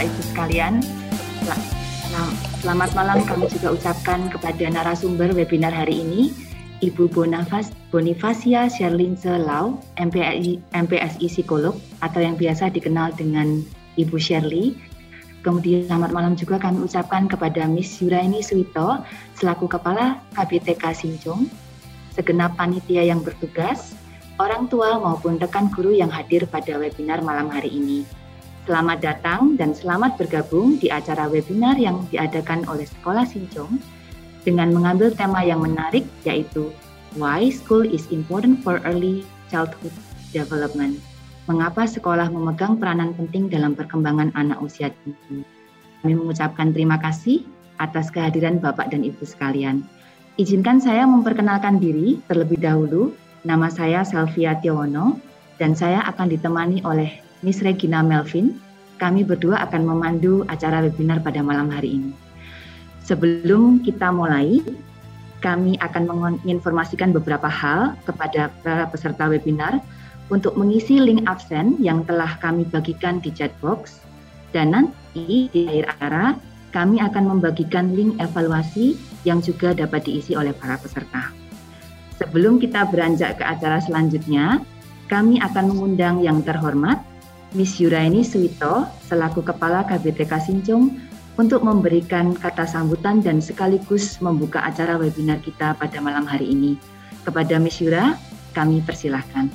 Bapak Ibu sekalian, selamat malam kami juga ucapkan kepada narasumber webinar hari ini, Ibu Bonifasia Sherlince Lau, MPSI Psikolog atau yang biasa dikenal dengan Ibu Shirley. Kemudian selamat malam juga kami ucapkan kepada Miss Yuraini Suwito selaku Kepala KBTK Sinjong, segenap panitia yang bertugas, orang tua maupun rekan guru yang hadir pada webinar malam hari ini. Selamat datang dan selamat bergabung di acara webinar yang diadakan oleh Sekolah Sinjong dengan mengambil tema yang menarik yaitu Why School is Important for Early Childhood Development. Mengapa sekolah memegang peranan penting dalam perkembangan anak usia dini. Kami mengucapkan terima kasih atas kehadiran Bapak dan Ibu sekalian. Izinkan saya memperkenalkan diri terlebih dahulu. Nama saya Selvia Tiono dan saya akan ditemani oleh Miss Regina Melvin. Kami berdua akan memandu acara webinar pada malam hari ini. Sebelum kita mulai, kami akan menginformasikan beberapa hal kepada para peserta webinar untuk mengisi link absen yang telah kami bagikan di chat box. Dan nanti di akhir acara, kami akan membagikan link evaluasi yang juga dapat diisi oleh para peserta. Sebelum kita beranjak ke acara selanjutnya, kami akan mengundang yang terhormat Miss Yuraini Suwito selaku Kepala KBTK Sinjong untuk memberikan kata sambutan dan sekaligus membuka acara webinar kita pada malam hari ini. Kepada Miss Yura, kami persilahkan.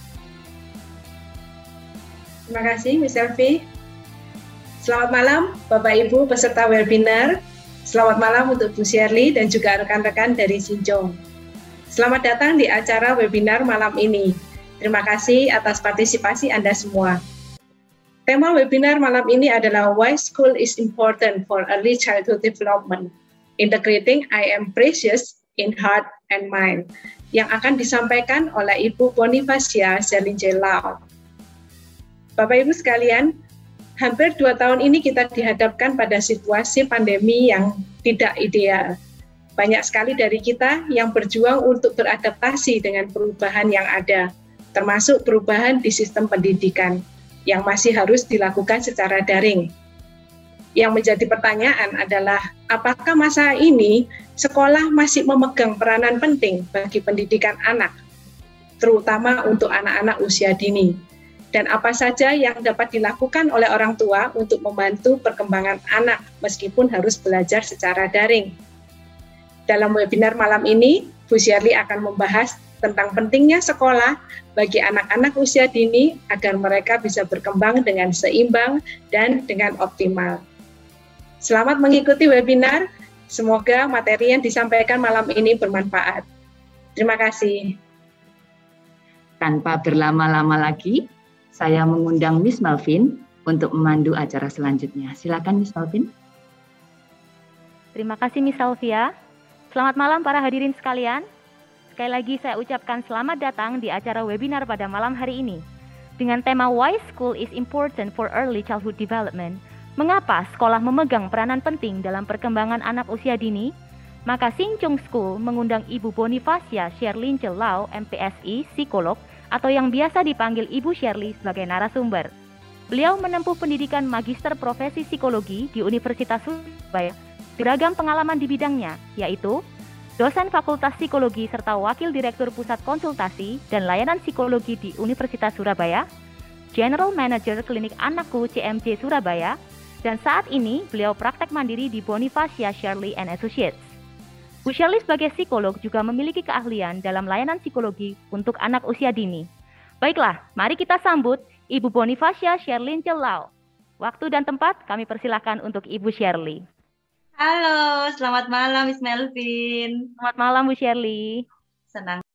Terima kasih, Miss Elvi. Selamat malam, Bapak Ibu peserta webinar. Selamat malam untuk Bu Shirley dan juga rekan-rekan dari Sinjong. Selamat datang di acara webinar malam ini. Terima kasih atas partisipasi Anda semua. Tema webinar malam ini adalah Why School is Important for Early Childhood Development, Integrating I Am Precious in Heart and Mind, yang akan disampaikan oleh Ibu Bonifasia Sherlince Lau. Bapak Ibu sekalian, hampir 2 tahun ini kita dihadapkan pada situasi pandemi yang tidak ideal. Banyak sekali dari kita yang berjuang untuk beradaptasi dengan perubahan yang ada, termasuk perubahan di sistem pendidikan yang masih harus dilakukan secara daring. Yang menjadi pertanyaan adalah, apakah masa ini sekolah masih memegang peranan penting bagi pendidikan anak, terutama untuk anak-anak usia dini? Dan apa saja yang dapat dilakukan oleh orang tua untuk membantu perkembangan anak meskipun harus belajar secara daring. Dalam webinar malam ini, Bu Shirley akan membahas tentang pentingnya sekolah bagi anak-anak usia dini agar mereka bisa berkembang dengan seimbang dan dengan optimal. Selamat mengikuti webinar, semoga materi yang disampaikan malam ini bermanfaat. Terima kasih. Tanpa berlama-lama lagi, saya mengundang Miss Melvin untuk memandu acara selanjutnya. Silakan Miss Melvin. Terima kasih Miss Selvia. Selamat malam para hadirin sekalian. Sekali lagi saya ucapkan selamat datang di acara webinar pada malam hari ini. Dengan tema Why School is Important for Early Childhood Development, mengapa sekolah memegang peranan penting dalam perkembangan anak usia dini? Maka Sinjong School mengundang Ibu Bonifasia Sherlince Lau, MPSI Psikolog, atau yang biasa dipanggil Ibu Shirley sebagai narasumber. Beliau menempuh pendidikan Magister Profesi Psikologi di Universitas Surabaya, beragam pengalaman di bidangnya, yaitu dosen Fakultas Psikologi serta Wakil Direktur Pusat Konsultasi dan Layanan Psikologi di Universitas Surabaya, General Manager Klinik Anakku CMC Surabaya, dan saat ini beliau praktek mandiri di Bonifasia Shirley and Associates. Bu Shirley sebagai psikolog juga memiliki keahlian dalam layanan psikologi untuk anak usia dini. Baiklah, mari kita sambut Ibu Bonifasia Sherlince Lau. Waktu dan tempat kami persilahkan untuk Ibu Shirley. Halo, selamat malam Miss Melvin. Selamat malam Bu Shirley. Senang.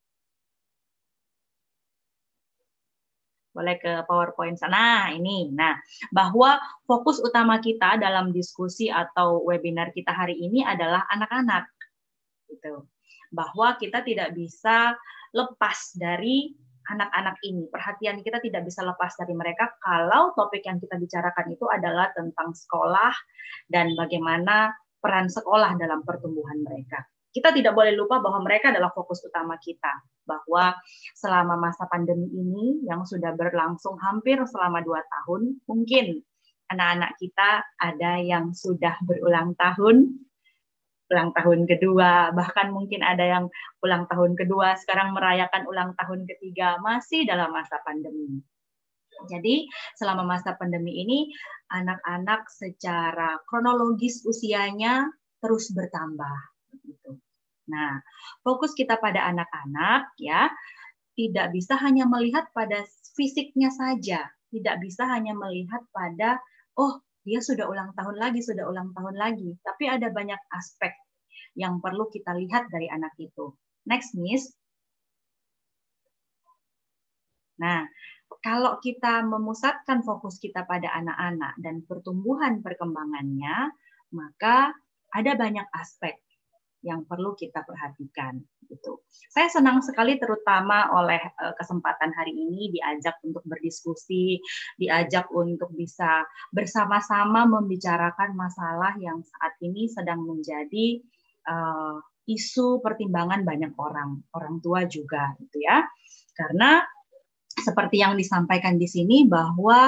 Boleh ke PowerPoint sana, ini. Nah, bahwa fokus utama kita dalam diskusi atau webinar kita hari ini adalah anak-anak. Gitu. Bahwa kita tidak bisa lepas dari anak-anak ini. Perhatian kita tidak bisa lepas dari mereka kalau topik yang kita bicarakan itu adalah tentang sekolah dan bagaimana peran sekolah dalam pertumbuhan mereka. Kita tidak boleh lupa bahwa mereka adalah fokus utama kita. Bahwa selama masa pandemi ini yang sudah berlangsung hampir selama 2 tahun, mungkin anak-anak kita ada yang sudah berulang tahun kedua, bahkan mungkin ada yang ulang tahun kedua, sekarang merayakan ulang tahun ketiga, masih dalam masa pandemi. Jadi selama masa pandemi ini, anak-anak secara kronologis usianya terus bertambah. Nah, fokus kita pada anak-anak ya, tidak bisa hanya melihat pada fisiknya saja, tidak bisa hanya melihat pada, oh dia sudah ulang tahun lagi, tapi ada banyak aspek yang perlu kita lihat dari anak itu. Next, Miss. Nah, kalau kita memusatkan fokus kita pada anak-anak dan pertumbuhan perkembangannya, maka ada banyak aspek yang perlu kita perhatikan. Gitu. Saya senang sekali terutama oleh kesempatan hari ini diajak untuk berdiskusi, diajak untuk bisa bersama-sama membicarakan masalah yang saat ini sedang menjadi isu pertimbangan banyak orang tua juga, gitu ya. Karena seperti yang disampaikan di sini bahwa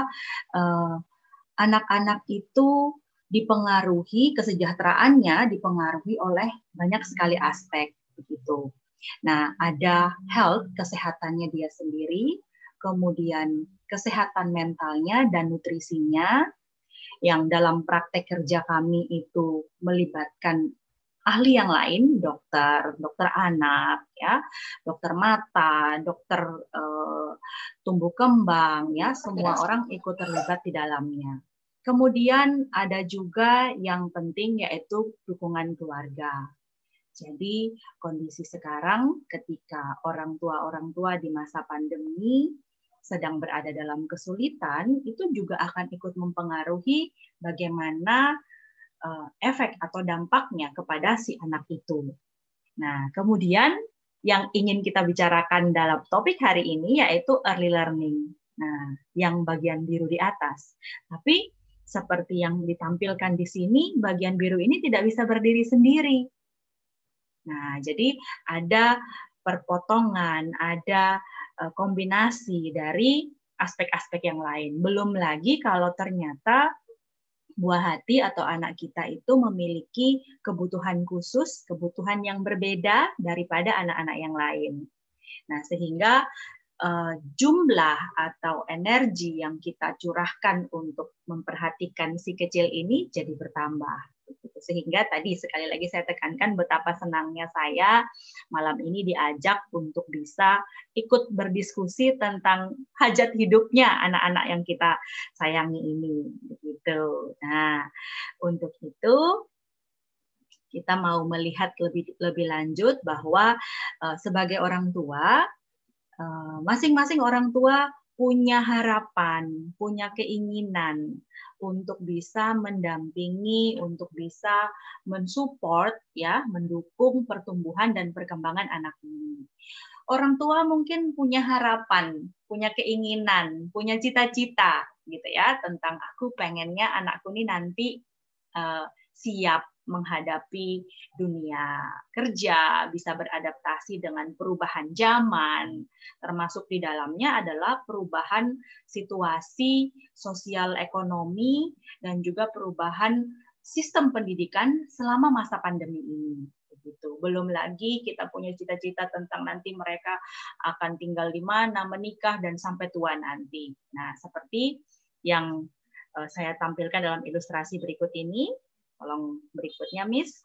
anak-anak itu dipengaruhi, kesejahteraannya dipengaruhi oleh banyak sekali aspek begitu. Nah, ada health, kesehatannya dia sendiri, kemudian kesehatan mentalnya dan nutrisinya, yang dalam praktek kerja kami itu melibatkan ahli yang lain, dokter anak, ya, dokter mata, dokter tumbuh kembang, ya, semua orang ikut terlibat di dalamnya. Kemudian ada juga yang penting yaitu dukungan keluarga. Jadi kondisi sekarang ketika orang tua di masa pandemi sedang berada dalam kesulitan, itu juga akan ikut mempengaruhi bagaimana efek atau dampaknya kepada si anak itu. Nah, kemudian yang ingin kita bicarakan dalam topik hari ini yaitu early learning. Nah, yang bagian biru di atas. Tapi seperti yang ditampilkan di sini, bagian biru ini tidak bisa berdiri sendiri. Nah, jadi ada perpotongan, ada kombinasi dari aspek-aspek yang lain. Belum lagi kalau ternyata buah hati atau anak kita itu memiliki kebutuhan khusus, kebutuhan yang berbeda daripada anak-anak yang lain. Nah, sehingga jumlah atau energi yang kita curahkan untuk memperhatikan si kecil ini jadi bertambah. Sehingga tadi sekali lagi saya tekankan betapa senangnya saya malam ini diajak untuk bisa ikut berdiskusi tentang hajat hidupnya anak-anak yang kita sayangi ini. Begitu. Nah, untuk itu kita mau melihat lebih lanjut bahwa sebagai orang tua, masing-masing orang tua punya harapan, punya keinginan untuk bisa mendampingi, untuk bisa mensupport, ya, mendukung pertumbuhan dan perkembangan anak ini. Orang tua mungkin punya harapan, punya keinginan, punya cita-cita, gitu ya, tentang aku pengennya anakku ini nanti siap menghadapi dunia kerja, bisa beradaptasi dengan perubahan zaman, termasuk di dalamnya adalah perubahan situasi sosial ekonomi dan juga perubahan sistem pendidikan selama masa pandemi ini. Begitu. Belum lagi kita punya cita-cita tentang nanti mereka akan tinggal di mana, menikah, dan sampai tua nanti. Nah, seperti yang saya tampilkan dalam ilustrasi berikut ini. Tolong berikutnya, Miss.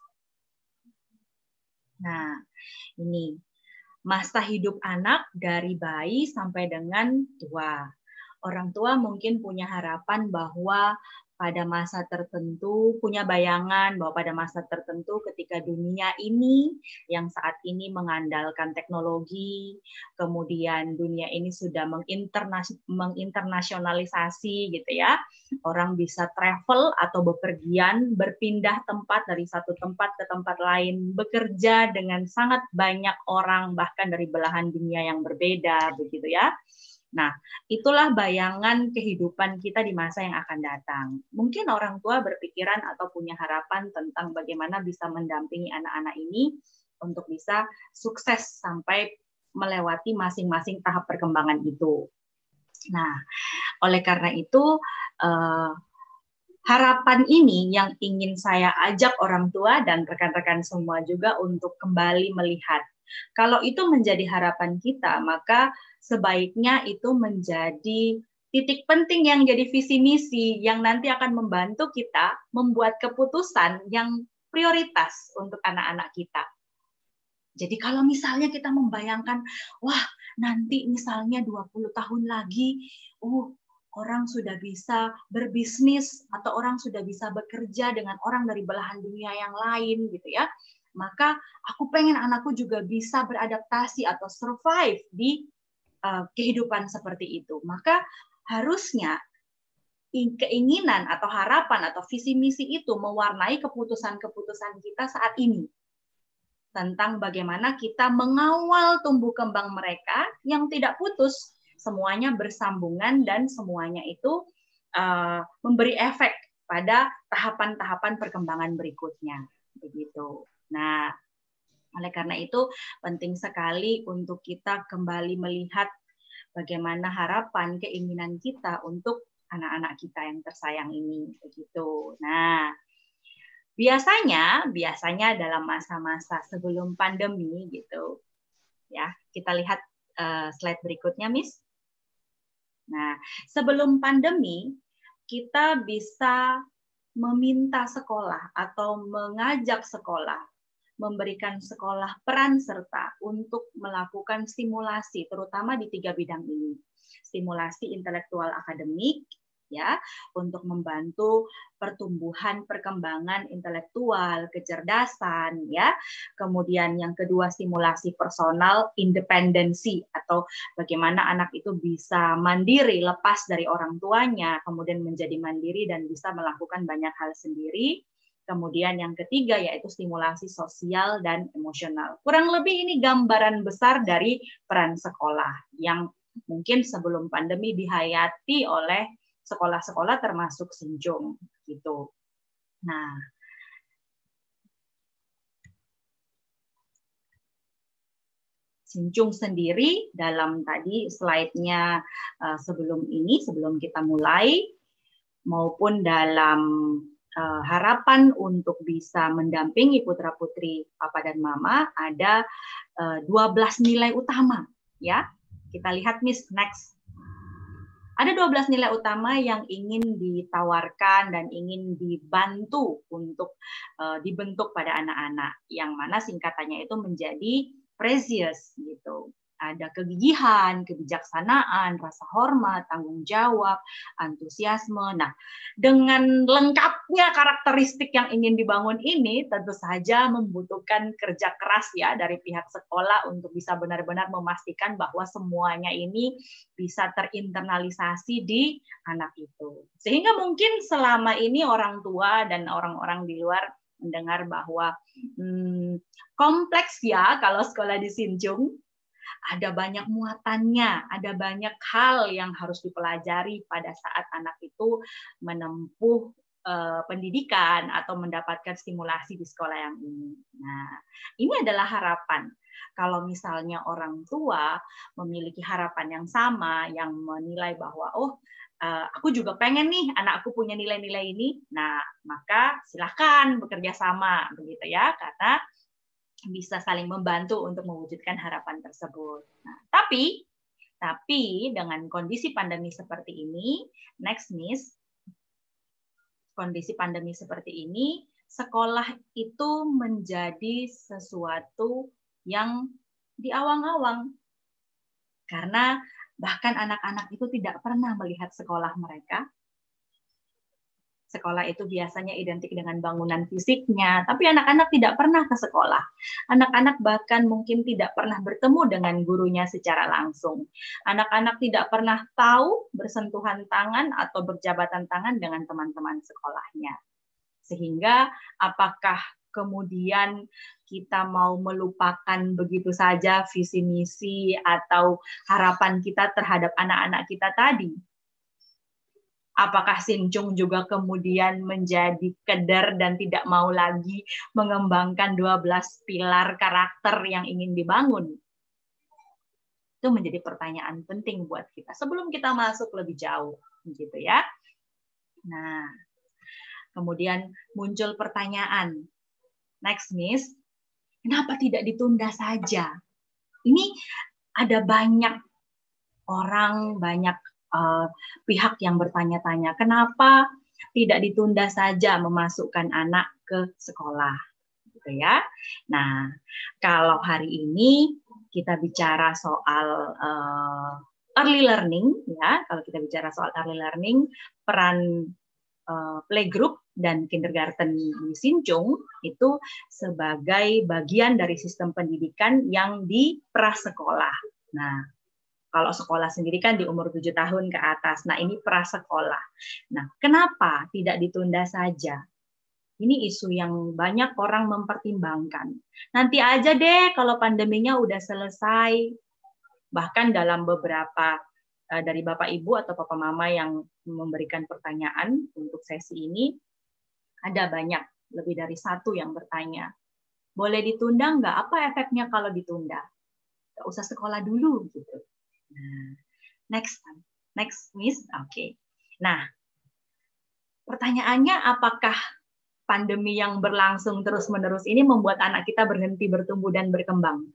Nah, ini masa hidup anak dari bayi sampai dengan tua. Orang tua mungkin punya harapan bahwa pada masa tertentu, punya bayangan bahwa pada masa tertentu ketika dunia ini yang saat ini mengandalkan teknologi, kemudian dunia ini sudah menginternasionalisasi gitu ya, orang bisa travel atau bepergian, berpindah tempat dari satu tempat ke tempat lain, bekerja dengan sangat banyak orang bahkan dari belahan dunia yang berbeda begitu ya. Nah, itulah bayangan kehidupan kita di masa yang akan datang. Mungkin orang tua berpikiran atau punya harapan tentang bagaimana bisa mendampingi anak-anak ini untuk bisa sukses sampai melewati masing-masing tahap perkembangan itu. Nah, oleh karena itu, harapan ini yang ingin saya ajak orang tua dan rekan-rekan semua juga untuk kembali melihat. Kalau itu menjadi harapan kita, maka sebaiknya itu menjadi titik penting yang jadi visi misi yang nanti akan membantu kita membuat keputusan yang prioritas untuk anak-anak kita. Jadi kalau misalnya kita membayangkan, wah nanti misalnya 20 tahun lagi, orang sudah bisa berbisnis atau orang sudah bisa bekerja dengan orang dari belahan dunia yang lain gitu ya. Maka aku pengen anakku juga bisa beradaptasi atau survive di kehidupan seperti itu. Maka harusnya keinginan atau harapan atau visi misi itu mewarnai keputusan-keputusan kita saat ini. Tentang bagaimana kita mengawal tumbuh kembang mereka yang tidak putus, semuanya bersambungan dan semuanya itu memberi efek pada tahapan-tahapan perkembangan berikutnya. Begitu. Nah, oleh karena itu penting sekali untuk kita kembali melihat bagaimana harapan, keinginan kita untuk anak-anak kita yang tersayang ini. Begitu. Nah, biasanya dalam masa-masa sebelum pandemi gitu, ya kita lihat slide berikutnya, Miss. Nah, sebelum pandemi kita bisa meminta sekolah atau mengajak sekolah, memberikan sekolah peran serta untuk melakukan stimulasi, terutama di 3 bidang ini, stimulasi intelektual akademik, ya, untuk membantu pertumbuhan perkembangan intelektual, kecerdasan, ya. Kemudian yang kedua stimulasi personal independensi atau bagaimana anak itu bisa mandiri lepas dari orang tuanya, kemudian menjadi mandiri dan bisa melakukan banyak hal sendiri. Kemudian yang ketiga yaitu stimulasi sosial dan emosional. Kurang lebih ini gambaran besar dari peran sekolah yang mungkin sebelum pandemi dihayati oleh sekolah-sekolah termasuk Sinjung gitu. Nah, Sinjung sendiri dalam tadi slide-nya sebelum kita mulai, maupun dalam harapan untuk bisa mendampingi putra-putri Papa dan Mama ada 12 nilai utama, ya. Kita lihat Miss next. Ada 12 nilai utama yang ingin ditawarkan dan ingin dibantu untuk dibentuk pada anak-anak, yang mana singkatannya itu menjadi precious gitu. Ada kegigihan, kebijaksanaan, rasa hormat, tanggung jawab, antusiasme. Nah, dengan lengkapnya karakteristik yang ingin dibangun ini tentu saja membutuhkan kerja keras ya dari pihak sekolah untuk bisa benar-benar memastikan bahwa semuanya ini bisa terinternalisasi di anak itu. Sehingga mungkin selama ini orang tua dan orang-orang di luar mendengar bahwa kompleks ya kalau sekolah di Sinjung. Ada banyak muatannya, ada banyak hal yang harus dipelajari pada saat anak itu menempuh pendidikan atau mendapatkan stimulasi di sekolah yang ini. Nah, ini adalah harapan. Kalau misalnya orang tua memiliki harapan yang sama, yang menilai bahwa aku juga pengen nih anakku punya nilai-nilai ini, nah maka silakan bekerja sama, begitu ya, karena bisa saling membantu untuk mewujudkan harapan tersebut. Nah, tapi dengan kondisi pandemi seperti ini, next Miss, kondisi pandemi seperti ini, sekolah itu menjadi sesuatu yang diawang-awang. Karena bahkan anak-anak itu tidak pernah melihat sekolah mereka. Sekolah itu biasanya identik dengan bangunan fisiknya, tapi anak-anak tidak pernah ke sekolah. Anak-anak bahkan mungkin tidak pernah bertemu dengan gurunya secara langsung. Anak-anak tidak pernah tahu bersentuhan tangan atau berjabatan tangan dengan teman-teman sekolahnya. Sehingga apakah kemudian kita mau melupakan begitu saja visi misi atau harapan kita terhadap anak-anak kita tadi? Apakah Sinjung juga kemudian menjadi keder dan tidak mau lagi mengembangkan 12 pilar karakter yang ingin dibangun? Itu menjadi pertanyaan penting buat kita sebelum kita masuk lebih jauh, gitu ya. Nah, Kemudian muncul pertanyaan, next Miss, kenapa tidak ditunda saja? Ini ada banyak orang, banyak pihak yang bertanya-tanya, kenapa tidak ditunda saja memasukkan anak ke sekolah, gitu ya. Nah, kalau hari ini kita bicara soal early learning, ya, kalau kita bicara soal early learning, peran playgroup dan kindergarten di Sinjung itu sebagai bagian dari sistem pendidikan yang di prasekolah. Nah, kalau sekolah sendiri kan di umur 7 tahun ke atas. Nah, ini prasekolah. Nah, kenapa tidak ditunda saja? Ini isu yang banyak orang mempertimbangkan. Nanti aja deh kalau pandeminya udah selesai. Bahkan dalam beberapa dari Bapak Ibu atau Papa Mama yang memberikan pertanyaan untuk sesi ini, ada banyak, lebih dari satu yang bertanya, boleh ditunda nggak? Apa efeknya kalau ditunda? Nggak usah sekolah dulu, gitu. Nah, next Miss, oke. Nah, pertanyaannya, apakah pandemi yang berlangsung terus-menerus ini membuat anak kita berhenti bertumbuh dan berkembang?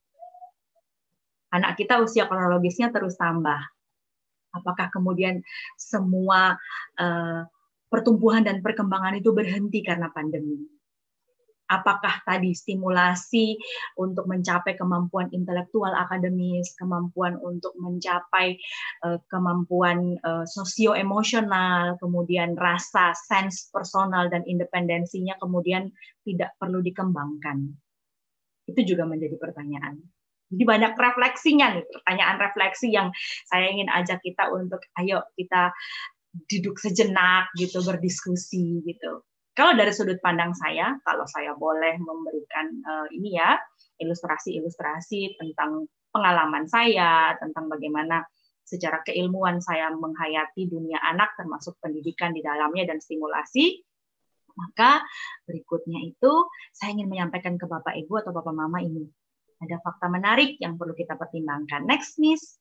Anak kita usia kronologisnya terus tambah. Apakah kemudian semua pertumbuhan dan perkembangan itu berhenti karena pandemi? Apakah tadi stimulasi untuk mencapai kemampuan intelektual akademis, kemampuan untuk mencapai kemampuan sosio-emosional, kemudian rasa sense personal dan independensinya kemudian tidak perlu dikembangkan? Itu juga menjadi pertanyaan. Jadi banyak refleksinya nih, pertanyaan refleksi yang saya ingin ajak kita untuk ayo kita duduk sejenak gitu, berdiskusi gitu. Kalau dari sudut pandang saya, kalau saya boleh memberikan ini ya, ilustrasi-ilustrasi tentang pengalaman saya, tentang bagaimana secara keilmuan saya menghayati dunia anak, termasuk pendidikan di dalamnya dan stimulasi, maka berikutnya itu saya ingin menyampaikan ke Bapak Ibu atau Bapak Mama ini. Ada fakta menarik yang perlu kita pertimbangkan. Next, Miss.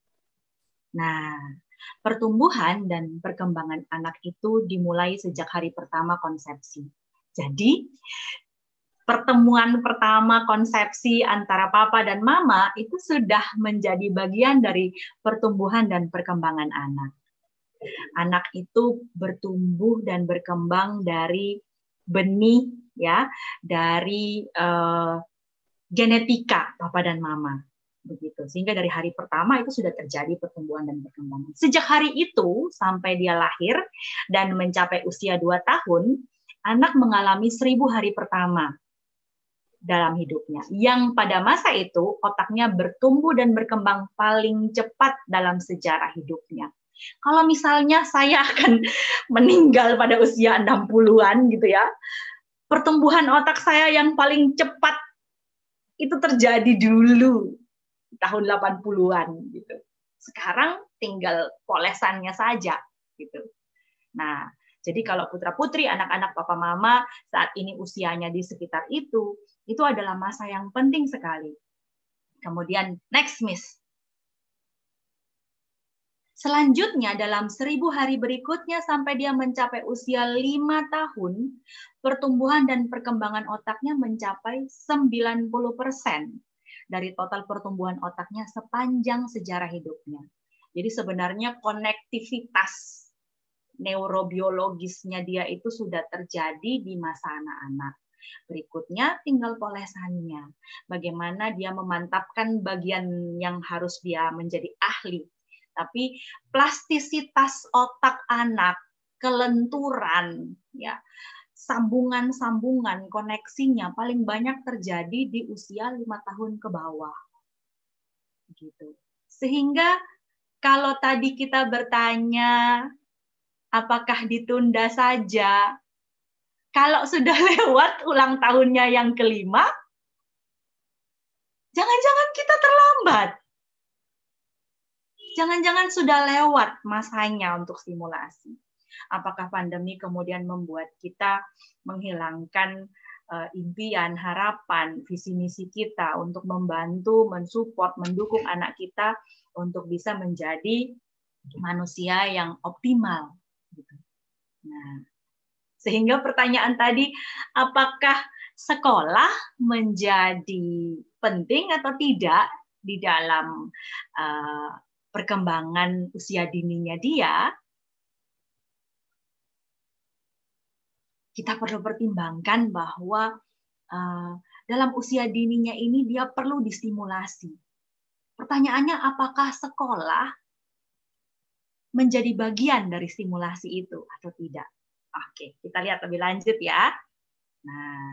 Nah, pertumbuhan dan perkembangan anak itu dimulai sejak hari pertama konsepsi. Jadi, pertemuan pertama konsepsi antara papa dan mama itu sudah menjadi bagian dari pertumbuhan dan perkembangan anak. Anak itu bertumbuh dan berkembang dari benih, ya, dari genetika papa dan mama. Begitu. Sehingga dari hari pertama itu sudah terjadi pertumbuhan dan perkembangan. Sejak hari itu sampai dia lahir dan mencapai usia 2 tahun, anak mengalami 1000 hari pertama dalam hidupnya. Yang pada masa itu otaknya bertumbuh dan berkembang paling cepat dalam sejarah hidupnya. Kalau misalnya saya akan meninggal pada usia 60-an gitu ya, pertumbuhan otak saya yang paling cepat itu terjadi dulu tahun 80-an gitu. Sekarang tinggal polesannya saja gitu. Nah, jadi kalau putra-putri, anak-anak papa mama saat ini usianya di sekitar itu adalah masa yang penting sekali. Kemudian next, Miss. Selanjutnya dalam 1000 hari berikutnya sampai dia mencapai usia 5 tahun, pertumbuhan dan perkembangan otaknya mencapai 90% dari total pertumbuhan otaknya sepanjang sejarah hidupnya. Jadi sebenarnya konektivitas neurobiologisnya dia itu sudah terjadi di masa anak-anak. Berikutnya tinggal polesannya. Bagaimana dia memantapkan bagian yang harus dia menjadi ahli. Tapi plastisitas otak anak, kelenturan, ya, sambungan-sambungan, koneksinya paling banyak terjadi di usia 5 tahun ke bawah. Gitu. Sehingga kalau tadi kita bertanya, apakah ditunda saja? Kalau sudah lewat ulang tahunnya yang kelima, jangan-jangan kita terlambat. Jangan-jangan sudah lewat masanya untuk stimulasi. Apakah pandemi kemudian membuat kita menghilangkan impian, harapan, visi misi kita untuk membantu, mensupport, mendukung anak kita untuk bisa menjadi manusia yang optimal. Nah, Sehingga pertanyaan tadi, apakah sekolah menjadi penting atau tidak di dalam perkembangan usia dininya dia, kita perlu pertimbangkan bahwa dalam usia dininya ini dia perlu distimulasi. Pertanyaannya, apakah sekolah menjadi bagian dari stimulasi itu atau tidak? Oke, kita lihat lebih lanjut ya. Nah,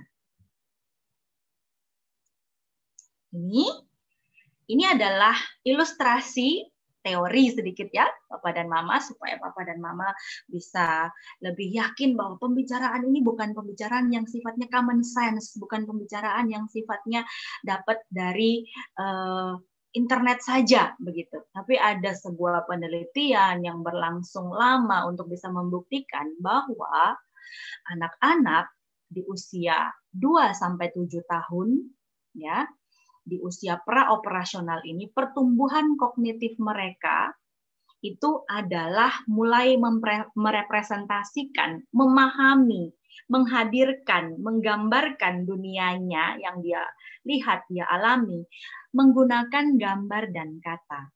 ini adalah ilustrasi teori sedikit ya, Papa dan Mama, supaya Papa dan Mama bisa lebih yakin bahwa pembicaraan ini bukan pembicaraan yang sifatnya common sense, bukan pembicaraan yang sifatnya dapat dari internet saja begitu. Tapi ada sebuah penelitian yang berlangsung lama untuk bisa membuktikan bahwa anak-anak di usia 2-7 tahun ya, di usia praoperasional ini, pertumbuhan kognitif mereka itu adalah mulai merepresentasikan, memahami, menghadirkan, menggambarkan dunianya yang dia lihat, dia alami, menggunakan gambar dan kata.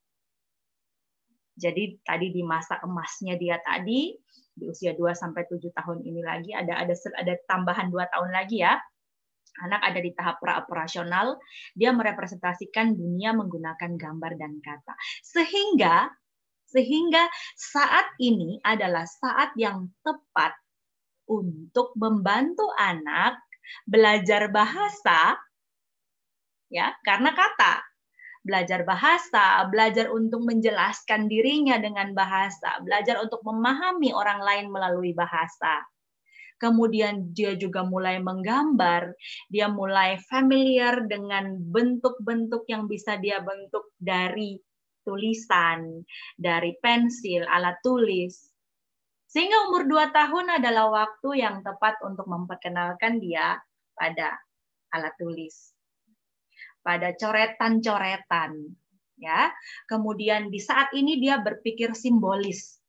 Jadi tadi di masa emasnya dia tadi, di usia 2-7 tahun ini lagi, ada tambahan 2 tahun lagi ya, anak ada di tahap praoperasional, dia merepresentasikan dunia menggunakan gambar dan kata. Sehingga saat ini adalah saat yang tepat untuk membantu anak belajar bahasa, ya, karena kata. Belajar bahasa, belajar untuk menjelaskan dirinya dengan bahasa, belajar untuk memahami orang lain melalui bahasa. Kemudian dia juga mulai menggambar, dia mulai familiar dengan bentuk-bentuk yang bisa dia bentuk dari tulisan, dari pensil, alat tulis. Sehingga umur 2 tahun adalah waktu yang tepat untuk memperkenalkan dia pada alat tulis, pada coretan-coretan. Ya. Kemudian di saat ini dia berpikir simbolis.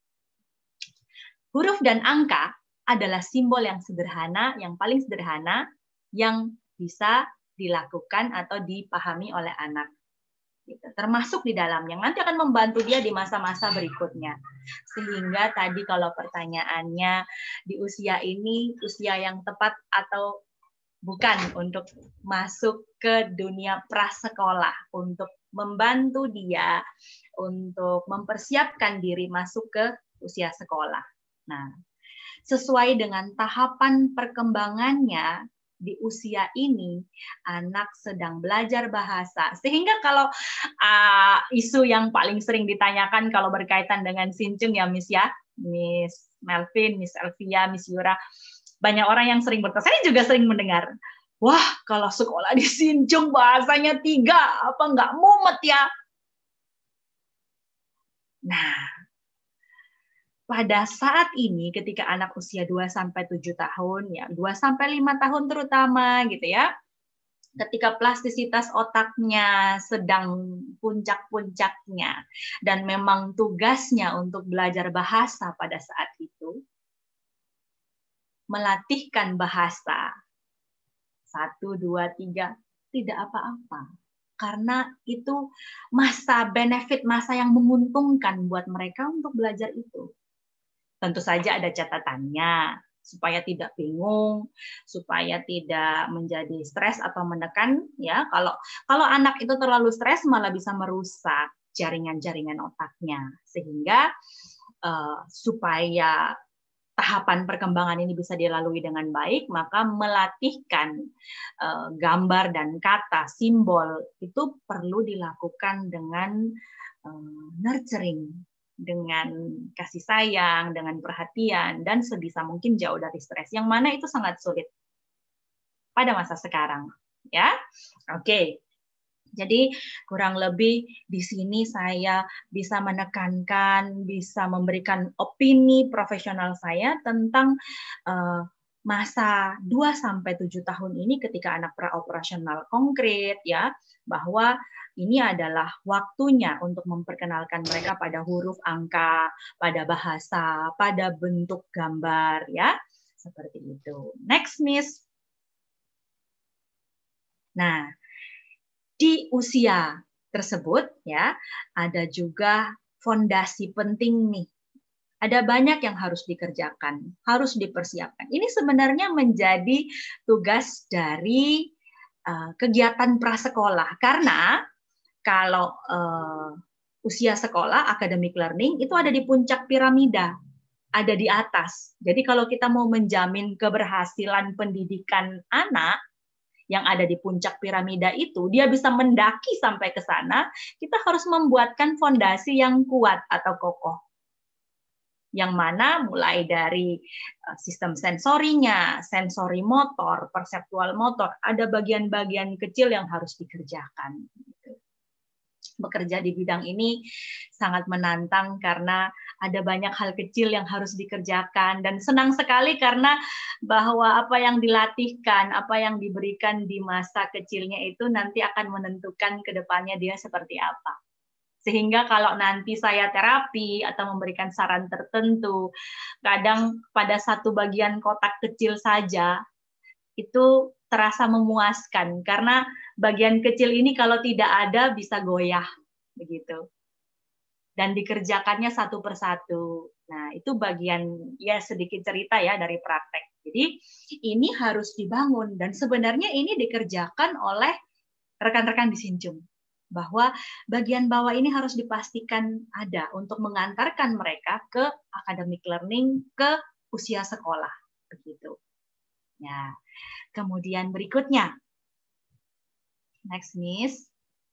Huruf dan angka adalah simbol yang sederhana, yang paling sederhana, yang bisa dilakukan atau dipahami oleh anak. Gitu. Termasuk di dalamnya, nanti akan membantu dia di masa-masa berikutnya. Sehingga tadi kalau pertanyaannya, di usia ini, usia yang tepat atau bukan untuk masuk ke dunia prasekolah, untuk membantu dia, untuk mempersiapkan diri masuk ke usia sekolah. Nah, sesuai dengan tahapan perkembangannya di usia ini, anak sedang belajar bahasa. Sehingga kalau isu yang paling sering ditanyakan kalau berkaitan dengan Sinjung ya Miss ya, Miss Melvin, Miss Elvia, Miss Yura, banyak orang yang sering bertanya, saya juga sering mendengar, wah kalau sekolah di Sinjung bahasanya 3, apa nggak mumet ya? Nah, pada saat ini ketika anak usia 2-7 tahun ya, 2-5 tahun terutama gitu ya, ketika plastisitas otaknya sedang puncak-puncaknya dan memang tugasnya untuk belajar bahasa pada saat itu, melatihkan bahasa 1, 2, 3 tidak apa-apa. Karena itu masa benefit, masa yang menguntungkan buat mereka untuk belajar itu. Tentu saja ada catatannya, supaya tidak bingung, supaya tidak menjadi stres atau menekan. Ya, kalau anak itu terlalu stres malah bisa merusak jaringan-jaringan otaknya, sehingga supaya tahapan perkembangan ini bisa dilalui dengan baik, maka melatihkan gambar dan kata, simbol itu perlu dilakukan dengan nurturing, dengan kasih sayang, dengan perhatian, dan sebisa mungkin jauh dari stres. Yang mana itu sangat sulit pada masa sekarang. Ya, oke. Jadi kurang lebih di sini saya bisa menekankan, bisa memberikan opini profesional saya tentang masa 2-7 tahun ini ketika anak praoperasional konkret ya, bahwa ini adalah waktunya untuk memperkenalkan mereka pada huruf, angka, pada bahasa, pada bentuk gambar ya. Seperti itu. Next, Miss. Nah, di usia tersebut ya, ada juga fondasi penting nih. Ada banyak yang harus dikerjakan, harus dipersiapkan. Ini sebenarnya menjadi tugas dari kegiatan prasekolah, karena kalau usia sekolah, academic learning, itu ada di puncak piramida, ada di atas. Jadi kalau kita mau menjamin keberhasilan pendidikan anak yang ada di puncak piramida itu, dia bisa mendaki sampai ke sana, kita harus membuatkan fondasi yang kuat atau kokoh. Yang mana mulai dari sistem sensorinya, sensori motor, perseptual motor, ada bagian-bagian kecil yang harus dikerjakan. Bekerja di bidang ini sangat menantang karena ada banyak hal kecil yang harus dikerjakan, dan senang sekali karena bahwa apa yang dilatihkan, apa yang diberikan di masa kecilnya itu nanti akan menentukan ke depannya dia seperti apa. Sehingga kalau nanti saya terapi atau memberikan saran tertentu, kadang pada satu bagian kotak kecil saja itu terasa memuaskan, karena bagian kecil ini kalau tidak ada bisa goyah begitu. Dan dikerjakannya satu persatu. Nah, itu bagian ya sedikit cerita ya dari praktek. Jadi ini harus dibangun, dan sebenarnya ini dikerjakan oleh rekan-rekan di Sinjung, bahwa bagian bawah ini harus dipastikan ada untuk mengantarkan mereka ke academic learning, ke usia sekolah begitu. Ya. Kemudian berikutnya, next, Miss.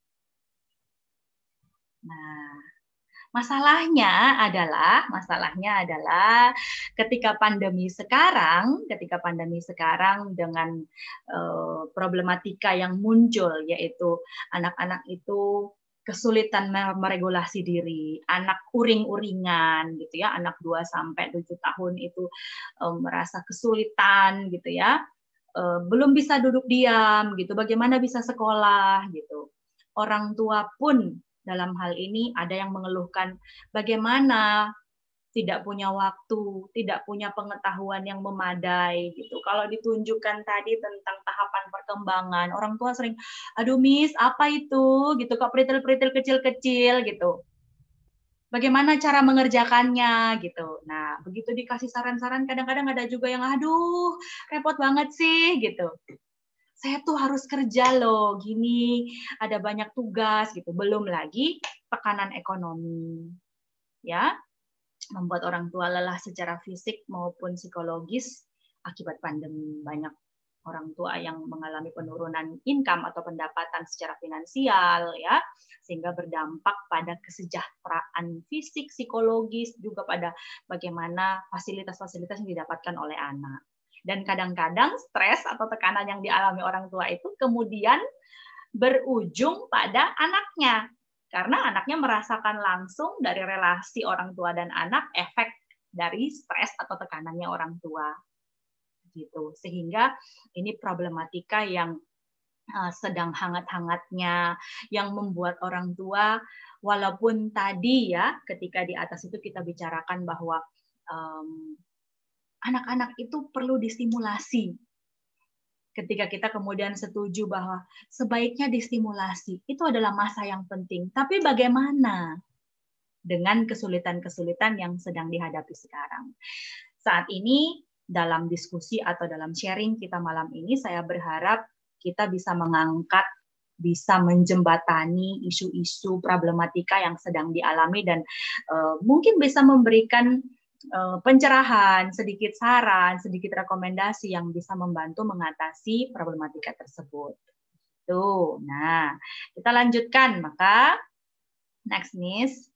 Nah, masalahnya adalah ketika pandemi sekarang dengan problematika yang muncul, yaitu anak-anak itu kesulitan meregulasi diri, anak uring-uringan gitu ya, anak 2 sampai 7 tahun itu merasa kesulitan gitu ya. Belum bisa duduk diam gitu, bagaimana bisa sekolah gitu. Orang tua pun dalam hal ini ada yang mengeluhkan bagaimana tidak punya waktu, tidak punya pengetahuan yang memadai gitu. Kalau ditunjukkan tadi tentang tahapan perkembangan, orang tua sering, aduh Miss, apa itu gitu, kok peritel-peritel kecil-kecil gitu. Bagaimana cara mengerjakannya gitu. Nah, begitu dikasih saran-saran, kadang-kadang ada juga yang, aduh, repot banget sih gitu. Saya tuh harus kerja loh, gini, ada banyak tugas gitu. Belum lagi tekanan ekonomi, ya, membuat orang tua lelah secara fisik maupun psikologis akibat pandemi. Banyak orang tua yang mengalami penurunan income atau pendapatan secara finansial, ya, sehingga berdampak pada kesejahteraan fisik, psikologis, juga pada bagaimana fasilitas-fasilitas yang didapatkan oleh anak. Dan kadang-kadang stres atau tekanan yang dialami orang tua itu kemudian berujung pada anaknya, karena anaknya merasakan langsung dari relasi orang tua dan anak efek dari stres atau tekanannya orang tua. Gitu. Sehingga ini problematika yang sedang hangat-hangatnya, yang membuat orang tua, walaupun tadi ya ketika di atas itu kita bicarakan bahwa anak-anak itu perlu distimulasi. Ketika kita kemudian setuju bahwa sebaiknya distimulasi, itu adalah masa yang penting. Tapi bagaimana dengan kesulitan-kesulitan yang sedang dihadapi sekarang? Saat ini dalam diskusi atau dalam sharing kita malam ini, saya berharap kita bisa mengangkat, bisa menjembatani isu-isu problematika yang sedang dialami, dan mungkin bisa memberikan pencerahan, sedikit saran, sedikit rekomendasi yang bisa membantu mengatasi problematika tersebut. Tuh, nah, kita lanjutkan. Maka, next, Miss.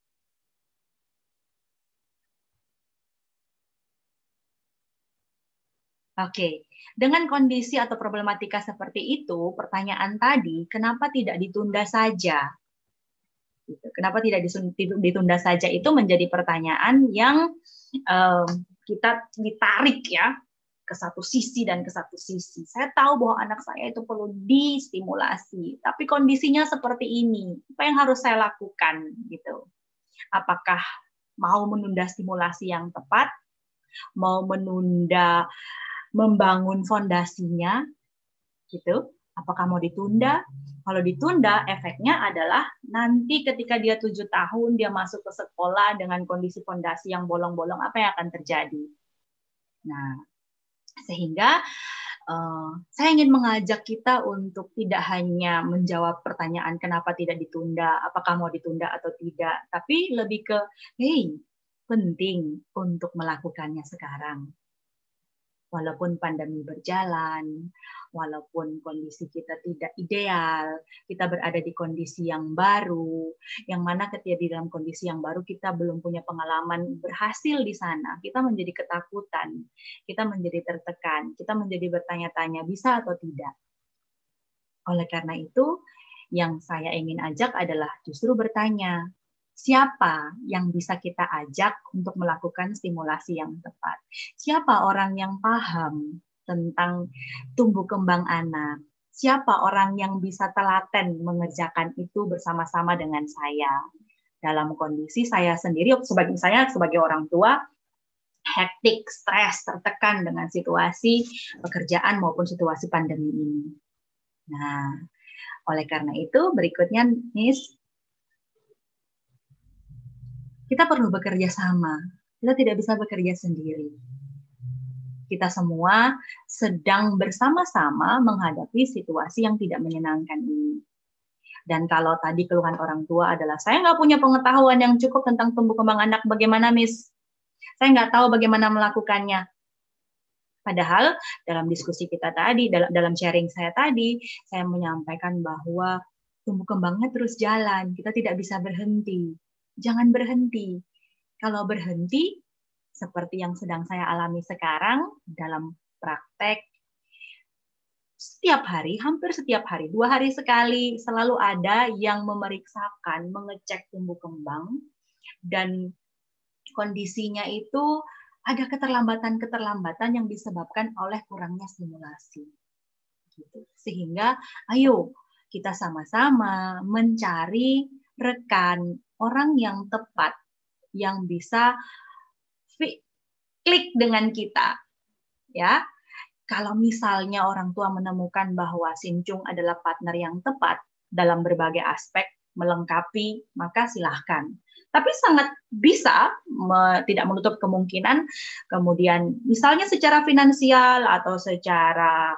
Oke, dengan kondisi atau problematika seperti itu, pertanyaan tadi, kenapa tidak ditunda saja? Kenapa tidak ditunda saja itu menjadi pertanyaan yang kita ditarik ya ke satu sisi dan ke satu sisi. Saya tahu bahwa anak saya itu perlu distimulasi, tapi kondisinya seperti ini. Apa yang harus saya lakukan gitu? Apakah mau menunda stimulasi yang tepat, mau menunda membangun fondasinya, gitu. Apakah mau ditunda? Kalau ditunda, efeknya adalah nanti ketika dia 7 tahun, dia masuk ke sekolah dengan kondisi fondasi yang bolong-bolong, apa yang akan terjadi? Nah, sehingga saya ingin mengajak kita untuk tidak hanya menjawab pertanyaan kenapa tidak ditunda, apakah mau ditunda atau tidak, tapi lebih ke, hey, penting untuk melakukannya sekarang. Walaupun pandemi berjalan, walaupun kondisi kita tidak ideal, kita berada di kondisi yang baru, yang mana ketika di dalam kondisi yang baru kita belum punya pengalaman berhasil di sana, kita menjadi ketakutan, kita menjadi tertekan, kita menjadi bertanya-tanya bisa atau tidak. Oleh karena itu, yang saya ingin ajak adalah justru bertanya, siapa yang bisa kita ajak untuk melakukan stimulasi yang tepat? Siapa orang yang paham tentang tumbuh kembang anak? Siapa orang yang bisa telaten mengerjakan itu bersama-sama dengan saya? Dalam kondisi saya sendiri, sebagai orang tua, hektik, stres, tertekan dengan situasi pekerjaan maupun situasi pandemi ini. Nah, oleh karena itu berikutnya, Miss, kita perlu bekerja sama. Kita tidak bisa bekerja sendiri. Kita semua sedang bersama-sama menghadapi situasi yang tidak menyenangkan ini. Dan kalau tadi keluhan orang tua adalah, saya nggak punya pengetahuan yang cukup tentang tumbuh kembang anak, bagaimana, Miss? Saya nggak tahu bagaimana melakukannya. Padahal dalam diskusi kita tadi, dalam sharing saya tadi, saya menyampaikan bahwa tumbuh kembangnya terus jalan. Kita tidak bisa berhenti. Jangan berhenti. Kalau berhenti, seperti yang sedang saya alami sekarang dalam praktek, setiap hari, hampir setiap hari, 2 hari sekali, selalu ada yang memeriksakan, mengecek tumbuh kembang, dan kondisinya itu ada keterlambatan-keterlambatan yang disebabkan oleh kurangnya stimulasi. Gitu. Sehingga, ayo kita sama-sama mencari rekan, orang yang tepat, yang bisa klik dengan kita. Ya, kalau misalnya orang tua menemukan bahwa Sincung adalah partner yang tepat dalam berbagai aspek, melengkapi, maka silahkan. Tapi sangat bisa, tidak menutup kemungkinan, kemudian misalnya secara finansial atau secara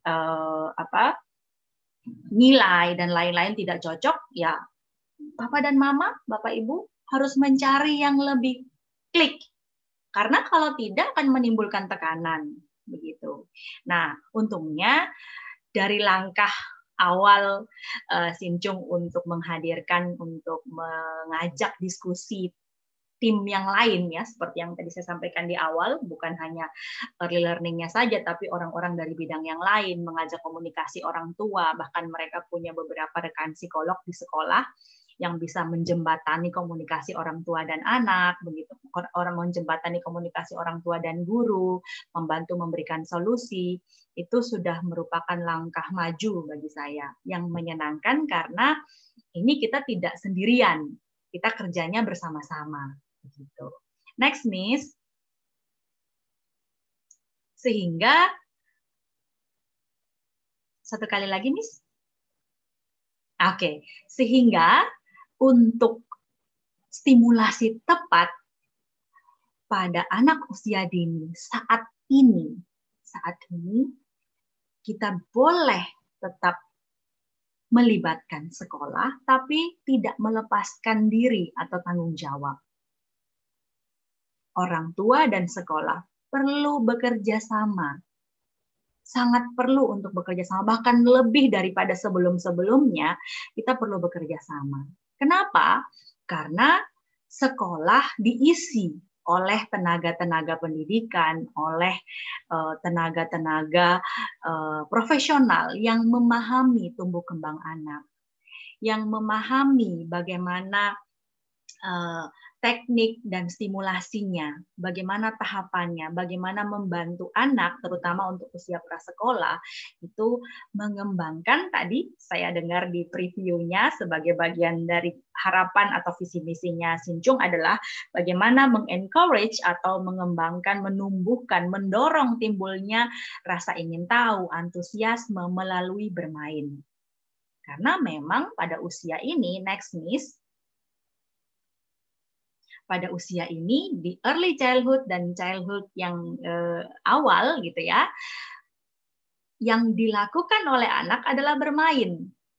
nilai dan lain-lain tidak cocok, ya Papa dan Mama, Bapak Ibu harus mencari yang lebih klik. Karena kalau tidak akan menimbulkan tekanan, begitu. Nah, untungnya dari langkah awal Sincung untuk menghadirkan, untuk mengajak diskusi tim yang lain, ya, seperti yang tadi saya sampaikan di awal, bukan hanya early learning-nya saja, tapi orang-orang dari bidang yang lain, mengajak komunikasi orang tua, bahkan mereka punya beberapa rekan psikolog di sekolah yang bisa menjembatani komunikasi orang tua dan anak, begitu, orang menjembatani komunikasi orang tua dan guru, membantu memberikan solusi, itu sudah merupakan langkah maju bagi saya yang menyenangkan karena ini kita tidak sendirian, kita kerjanya bersama-sama. Begitu. Next, Miss. Sehingga satu kali lagi, Miss. Oke, sehingga untuk stimulasi tepat pada anak usia dini saat ini kita boleh tetap melibatkan sekolah, tapi tidak melepaskan diri atau tanggung jawab. Orang tua dan sekolah perlu bekerja sama. Sangat perlu untuk bekerja sama, bahkan lebih daripada sebelum-sebelumnya, kita perlu bekerja sama. Kenapa? Karena sekolah diisi oleh tenaga-tenaga pendidikan, oleh tenaga-tenaga profesional yang memahami tumbuh kembang anak, yang memahami bagaimana teknik dan stimulasinya, bagaimana tahapannya, bagaimana membantu anak, terutama untuk usia prasekolah, itu mengembangkan, tadi saya dengar di previewnya sebagai bagian dari harapan atau visi misinya Sinjung adalah bagaimana mengencourage atau mengembangkan, menumbuhkan, mendorong timbulnya rasa ingin tahu, antusiasme melalui bermain. Karena memang pada usia ini, next miss, pada usia ini di early childhood dan childhood yang awal gitu ya, yang dilakukan oleh anak adalah bermain.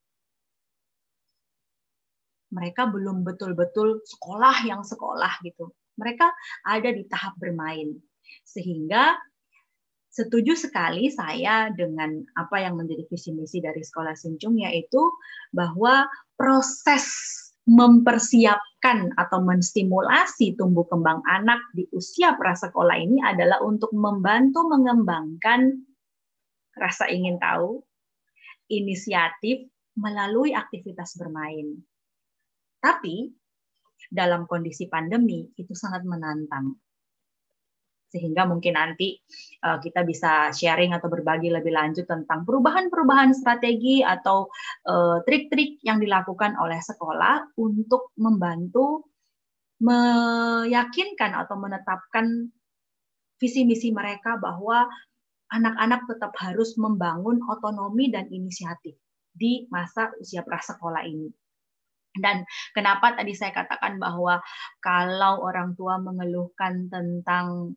Mereka belum betul-betul sekolah yang sekolah gitu. Mereka ada di tahap bermain. Sehingga setuju sekali saya dengan apa yang menjadi visi misi dari Sekolah Sinjung, yaitu bahwa proses mempersiapkan atau menstimulasi tumbuh kembang anak di usia prasekolah ini adalah untuk membantu mengembangkan rasa ingin tahu, inisiatif melalui aktivitas bermain. Tapi dalam kondisi pandemi itu sangat menantang. Sehingga mungkin nanti kita bisa sharing atau berbagi lebih lanjut tentang perubahan-perubahan strategi atau trik-trik yang dilakukan oleh sekolah untuk membantu meyakinkan atau menetapkan visi misi mereka bahwa anak-anak tetap harus membangun otonomi dan inisiatif di masa usia prasekolah ini. Dan kenapa tadi saya katakan bahwa kalau orang tua mengeluhkan tentang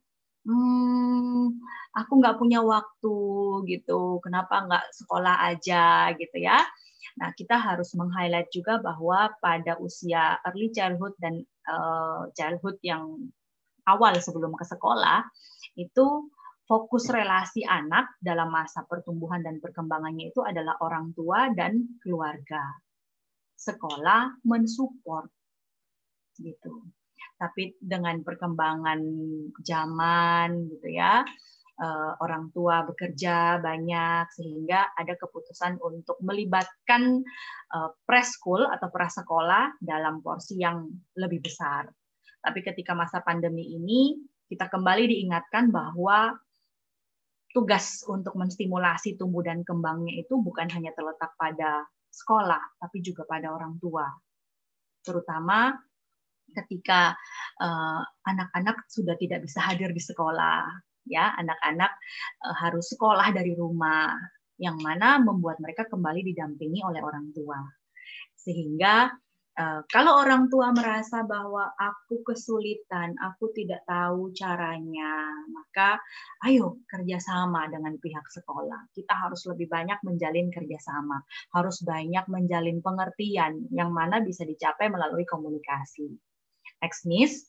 aku nggak punya waktu gitu, kenapa nggak sekolah aja gitu ya. Nah, kita harus meng-highlight juga bahwa pada usia early childhood dan childhood yang awal sebelum ke sekolah, itu fokus relasi anak dalam masa pertumbuhan dan perkembangannya itu adalah orang tua dan keluarga. Sekolah mensupport gitu. Tapi dengan perkembangan zaman gitu ya, orang tua bekerja banyak sehingga ada keputusan untuk melibatkan preschool atau prasekolah dalam porsi yang lebih besar. Tapi ketika masa pandemi ini kita kembali diingatkan bahwa tugas untuk menstimulasi tumbuh dan kembangnya itu bukan hanya terletak pada sekolah, tapi juga pada orang tua. Terutama ketika anak-anak sudah tidak bisa hadir di sekolah, ya anak-anak harus sekolah dari rumah, yang mana membuat mereka kembali didampingi oleh orang tua. Sehingga kalau orang tua merasa bahwa aku kesulitan, aku tidak tahu caranya, maka ayo kerjasama dengan pihak sekolah. Kita harus lebih banyak menjalin kerjasama, harus banyak menjalin pengertian, yang mana bisa dicapai melalui komunikasi. Next, Miss.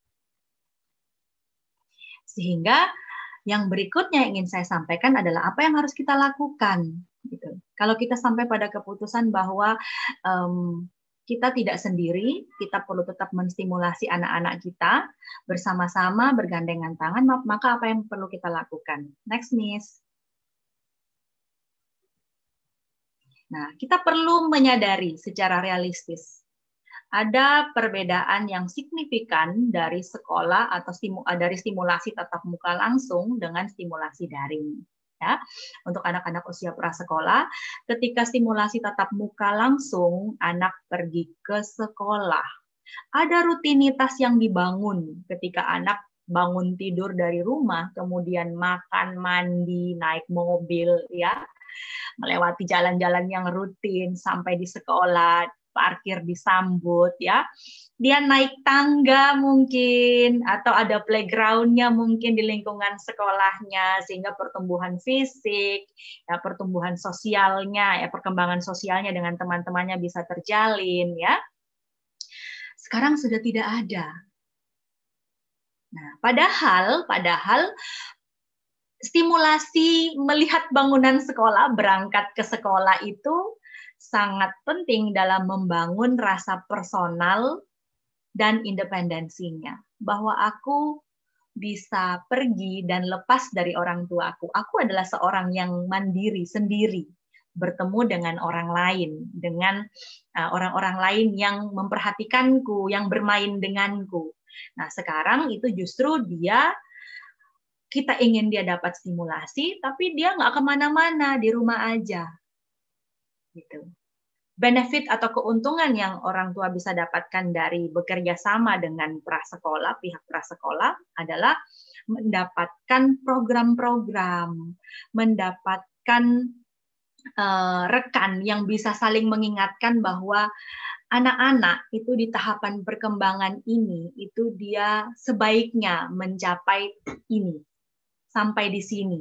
Sehingga yang berikutnya yang ingin saya sampaikan adalah apa yang harus kita lakukan. Gitu. Kalau kita sampai pada keputusan bahwa kita tidak sendiri, kita perlu tetap menstimulasi anak-anak kita bersama-sama bergandengan tangan, maka apa yang perlu kita lakukan? Next, Miss. Nah, kita perlu menyadari secara realistis ada perbedaan yang signifikan dari sekolah atau dari stimulasi tatap muka langsung dengan stimulasi daring. Ya, untuk anak-anak usia prasekolah, ketika stimulasi tatap muka langsung, anak pergi ke sekolah. Ada rutinitas yang dibangun ketika anak bangun tidur dari rumah, kemudian makan, mandi, naik mobil, ya, melewati jalan-jalan yang rutin sampai di sekolah, parkir disambut, ya. Dia naik tangga mungkin, atau ada playground-nya mungkin di lingkungan sekolahnya, sehingga pertumbuhan fisik, ya, pertumbuhan sosialnya, ya, perkembangan sosialnya dengan teman-temannya bisa terjalin, ya. Sekarang sudah tidak ada. Nah, padahal stimulasi melihat bangunan sekolah, berangkat ke sekolah itu sangat penting dalam membangun rasa personal dan independensinya, bahwa aku bisa pergi dan lepas dari orang tua aku. Aku adalah seorang yang mandiri sendiri, bertemu dengan orang lain, dengan orang-orang lain yang memperhatikanku, yang bermain denganku. Nah, sekarang itu justru kita ingin dia dapat stimulasi, tapi dia nggak kemana-mana, di rumah aja. Gitu. Benefit atau keuntungan yang orang tua bisa dapatkan dari bekerja sama dengan prasekolah, pihak prasekolah adalah mendapatkan program-program, mendapatkan rekan yang bisa saling mengingatkan bahwa anak-anak itu di tahapan perkembangan ini, itu dia sebaiknya mencapai ini, sampai di sini.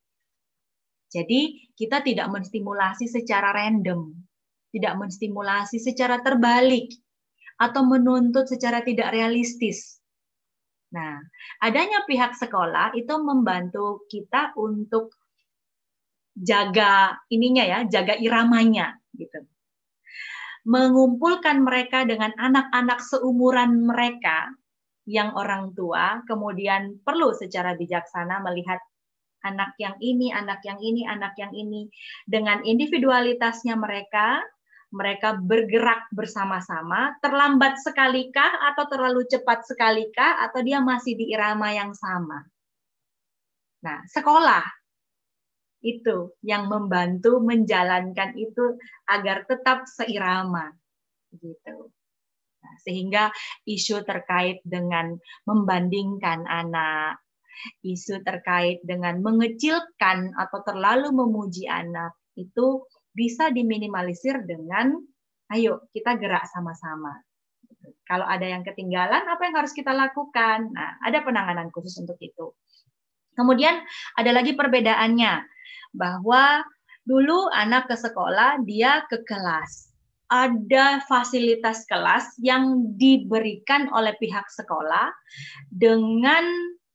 Jadi kita tidak menstimulasi secara random, tidak menstimulasi secara terbalik, atau menuntut secara tidak realistis. Nah, adanya pihak sekolah itu membantu kita untuk jaga ininya ya, jaga iramanya gitu. Mengumpulkan mereka dengan anak-anak seumuran mereka yang orang tua, kemudian perlu secara bijaksana melihat anak yang ini, anak yang ini, anak yang ini. Dengan individualitasnya mereka bergerak bersama-sama, terlambat sekalikah atau terlalu cepat sekalikah, atau dia masih di irama yang sama. Nah, sekolah itu yang membantu menjalankan itu agar tetap seirama. Gitu. Nah, sehingga isu terkait dengan membandingkan anak, isu terkait dengan mengecilkan atau terlalu memuji anak itu bisa diminimalisir dengan ayo kita gerak sama-sama. Kalau ada yang ketinggalan, apa yang harus kita lakukan? Nah, ada penanganan khusus untuk itu. Kemudian ada lagi perbedaannya, bahwa dulu anak ke sekolah, dia ke kelas. Ada fasilitas kelas yang diberikan oleh pihak sekolah dengan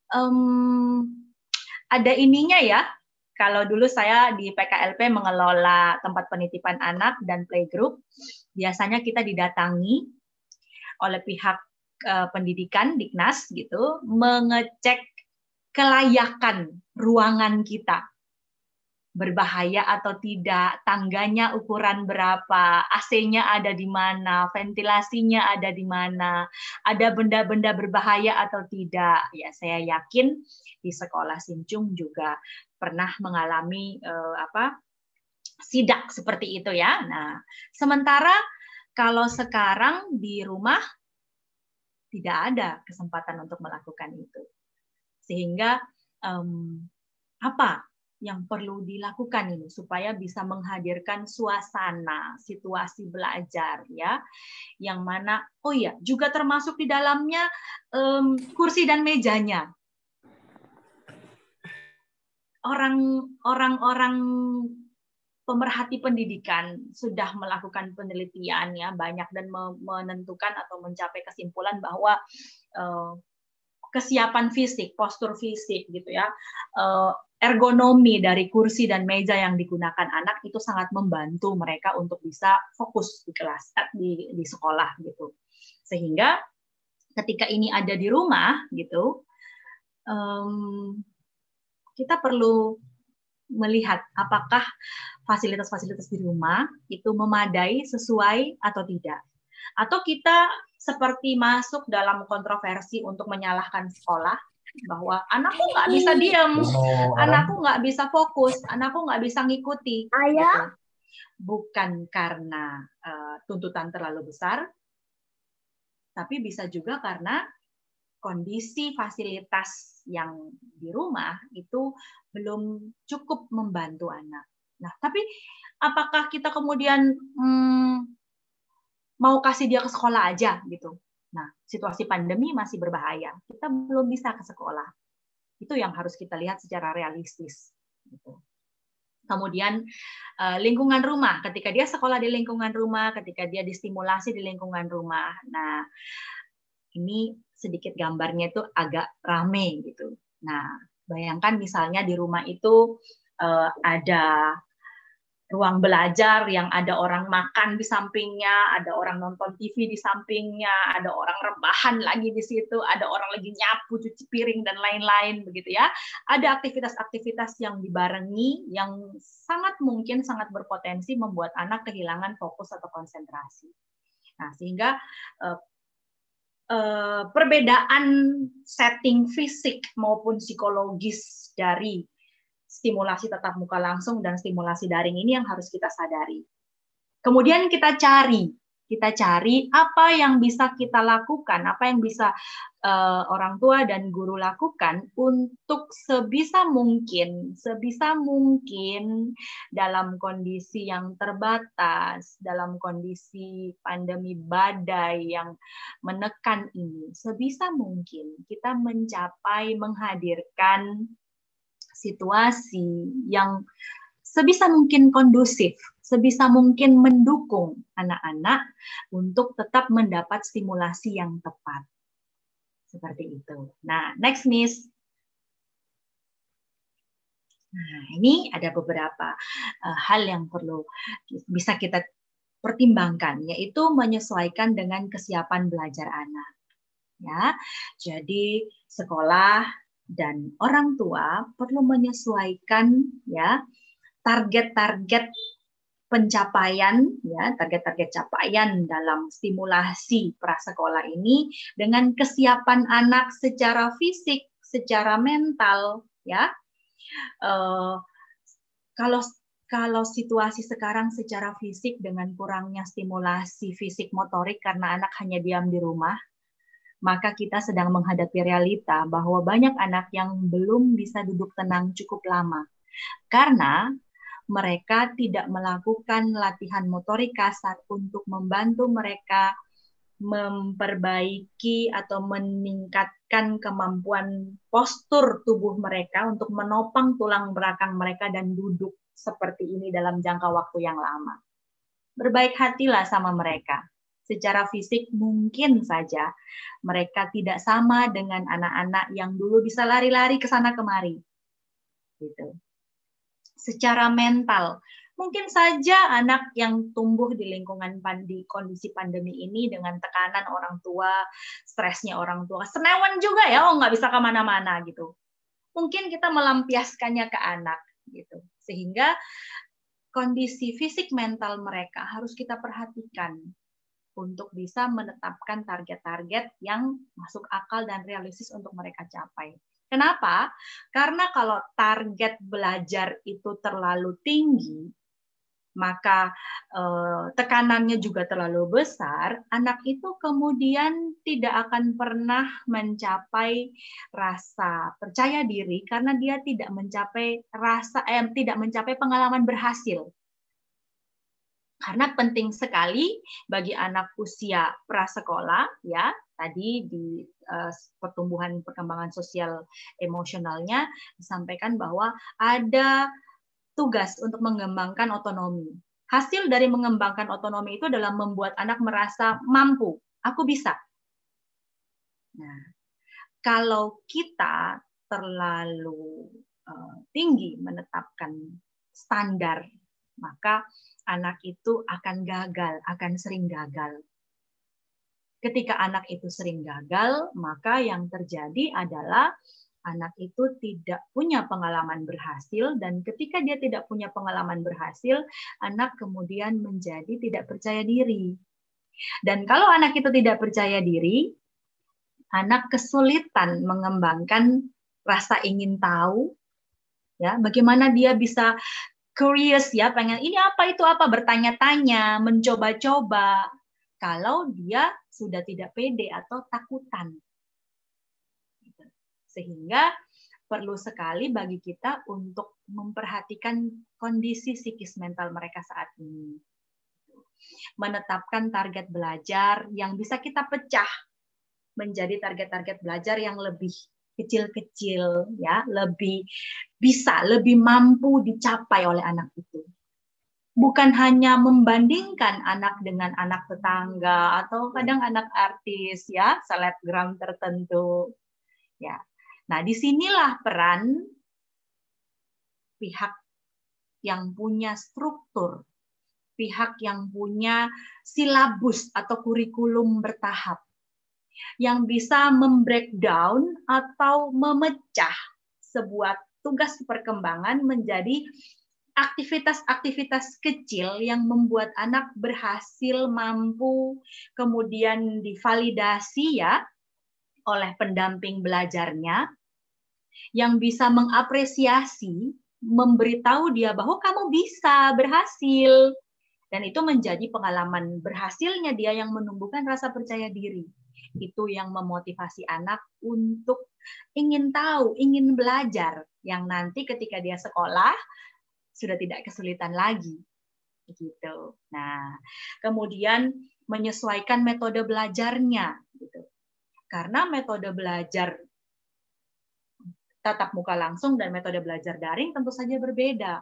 ada ininya ya. Kalau dulu saya di PKLP mengelola tempat penitipan anak dan playgroup, biasanya kita didatangi oleh pihak pendidikan Diknas gitu, mengecek kelayakan ruangan kita. Berbahaya atau tidak, tangganya ukuran berapa, AC-nya ada di mana, ventilasinya ada di mana, ada benda-benda berbahaya atau tidak. Ya, saya yakin di sekolah Sincung juga pernah mengalami sidak seperti itu ya. Nah, sementara kalau sekarang di rumah tidak ada kesempatan untuk melakukan itu. Sehingga apa yang perlu dilakukan ini supaya bisa menghadirkan suasana situasi belajar ya, yang mana juga termasuk di dalamnya kursi dan mejanya. Orang-orang pemerhati pendidikan sudah melakukan penelitian ya banyak dan menentukan atau mencapai kesimpulan bahwa kesiapan fisik, postur fisik gitu ya, ergonomi dari kursi dan meja yang digunakan anak itu sangat membantu mereka untuk bisa fokus di kelas, di sekolah gitu. Sehingga ketika ini ada di rumah gitu, kita perlu melihat apakah fasilitas-fasilitas di rumah itu memadai, sesuai atau tidak. Atau kita seperti masuk dalam kontroversi untuk menyalahkan sekolah, bahwa anakku nggak bisa diam, anakku nggak bisa fokus, anakku nggak bisa ngikuti. Gitu. Bukan karena tuntutan terlalu besar, tapi bisa juga karena kondisi fasilitas yang di rumah itu belum cukup membantu anak. Nah, tapi apakah kita kemudian mau kasih dia ke sekolah aja gitu? Nah, situasi pandemi masih berbahaya. Kita belum bisa ke sekolah. Itu yang harus kita lihat secara realistis. Gitu. Kemudian lingkungan rumah. Ketika dia sekolah di lingkungan rumah, ketika dia distimulasi di lingkungan rumah. Nah, ini sedikit gambarnya itu agak rame gitu. Nah, bayangkan misalnya di rumah itu ada ruang belajar yang ada orang makan di sampingnya, ada orang nonton TV di sampingnya, ada orang rebahan lagi di situ, ada orang lagi nyapu, cuci piring, dan lain-lain begitu ya. Ada aktivitas-aktivitas yang dibarengi yang sangat mungkin sangat berpotensi membuat anak kehilangan fokus atau konsentrasi. Nah, sehingga perbedaan setting fisik maupun psikologis dari stimulasi tatap muka langsung dan stimulasi daring ini yang harus kita sadari. Kemudian kita cari apa yang bisa kita lakukan, apa yang bisa orang tua dan guru lakukan untuk sebisa mungkin dalam kondisi yang terbatas, dalam kondisi pandemi badai yang menekan ini, sebisa mungkin kita menghadirkan situasi yang sebisa mungkin kondusif, sebisa mungkin mendukung anak-anak untuk tetap mendapat stimulasi yang tepat. Seperti itu. Nah, next, Miss. Nah, ini ada beberapa hal yang perlu bisa kita pertimbangkan, yaitu menyesuaikan dengan kesiapan belajar anak. Ya, jadi sekolah dan orang tua perlu menyesuaikan ya target-target pencapaian ya, target-target capaian dalam stimulasi prasekolah ini dengan kesiapan anak secara fisik, secara mental ya. Kalau situasi sekarang secara fisik dengan kurangnya stimulasi fisik motorik karena anak hanya diam di rumah, maka kita sedang menghadapi realita bahwa banyak anak yang belum bisa duduk tenang cukup lama karena mereka tidak melakukan latihan motorik kasar untuk membantu mereka memperbaiki atau meningkatkan kemampuan postur tubuh mereka untuk menopang tulang belakang mereka dan duduk seperti ini dalam jangka waktu yang lama. Berbaik hatilah sama mereka. Secara fisik mungkin saja mereka tidak sama dengan anak-anak yang dulu bisa lari-lari ke sana kemari. Gitu. Secara mental, mungkin saja anak yang tumbuh di lingkungan kondisi pandemi ini dengan tekanan orang tua, stresnya orang tua, senewan juga ya, nggak bisa kemana-mana gitu. Mungkin kita melampiaskannya ke anak gitu, sehingga kondisi fisik mental mereka harus kita perhatikan untuk bisa menetapkan target-target yang masuk akal dan realistis untuk mereka capai. Kenapa? Karena kalau target belajar itu terlalu tinggi, maka tekanannya juga terlalu besar, anak itu kemudian tidak akan pernah mencapai rasa percaya diri karena dia tidak mencapai pengalaman berhasil. Karena penting sekali bagi anak usia prasekolah, ya tadi di pertumbuhan perkembangan sosial emosionalnya disampaikan bahwa ada tugas untuk mengembangkan otonomi. Hasil dari mengembangkan otonomi itu adalah membuat anak merasa mampu, aku bisa. Nah, kalau kita terlalu tinggi menetapkan standar, maka anak itu akan gagal, akan sering gagal. Ketika anak itu sering gagal, maka yang terjadi adalah anak itu tidak punya pengalaman berhasil, dan ketika dia tidak punya pengalaman berhasil, anak kemudian menjadi tidak percaya diri. Dan kalau anak itu tidak percaya diri, anak kesulitan mengembangkan rasa ingin tahu, ya, bagaimana dia bisa curious ya, pengen ini apa itu apa, bertanya-tanya, mencoba-coba, kalau dia sudah tidak pede atau takutan. Sehingga perlu sekali bagi kita untuk memperhatikan kondisi psikis mental mereka saat ini. Menetapkan target belajar yang bisa kita pecah menjadi target-target belajar yang lebih kecil-kecil, ya, lebih mampu dicapai oleh anak itu. Bukan hanya membandingkan anak dengan anak tetangga atau kadang anak artis, ya, selebgram tertentu, ya. Nah, disinilah peran pihak yang punya struktur, pihak yang punya silabus atau kurikulum bertahap, yang bisa membreakdown atau memecah sebuah tugas perkembangan menjadi aktivitas-aktivitas kecil yang membuat anak berhasil, mampu, kemudian divalidasi ya oleh pendamping belajarnya, yang bisa mengapresiasi, memberitahu dia bahwa kamu bisa berhasil. Dan itu menjadi pengalaman berhasilnya dia yang menumbuhkan rasa percaya diri. Itu yang memotivasi anak untuk ingin tahu, ingin belajar, yang nanti ketika dia sekolah sudah tidak kesulitan lagi, gitu. Nah, kemudian menyesuaikan metode belajarnya, gitu. Karena metode belajar tatap muka langsung dan metode belajar daring tentu saja berbeda.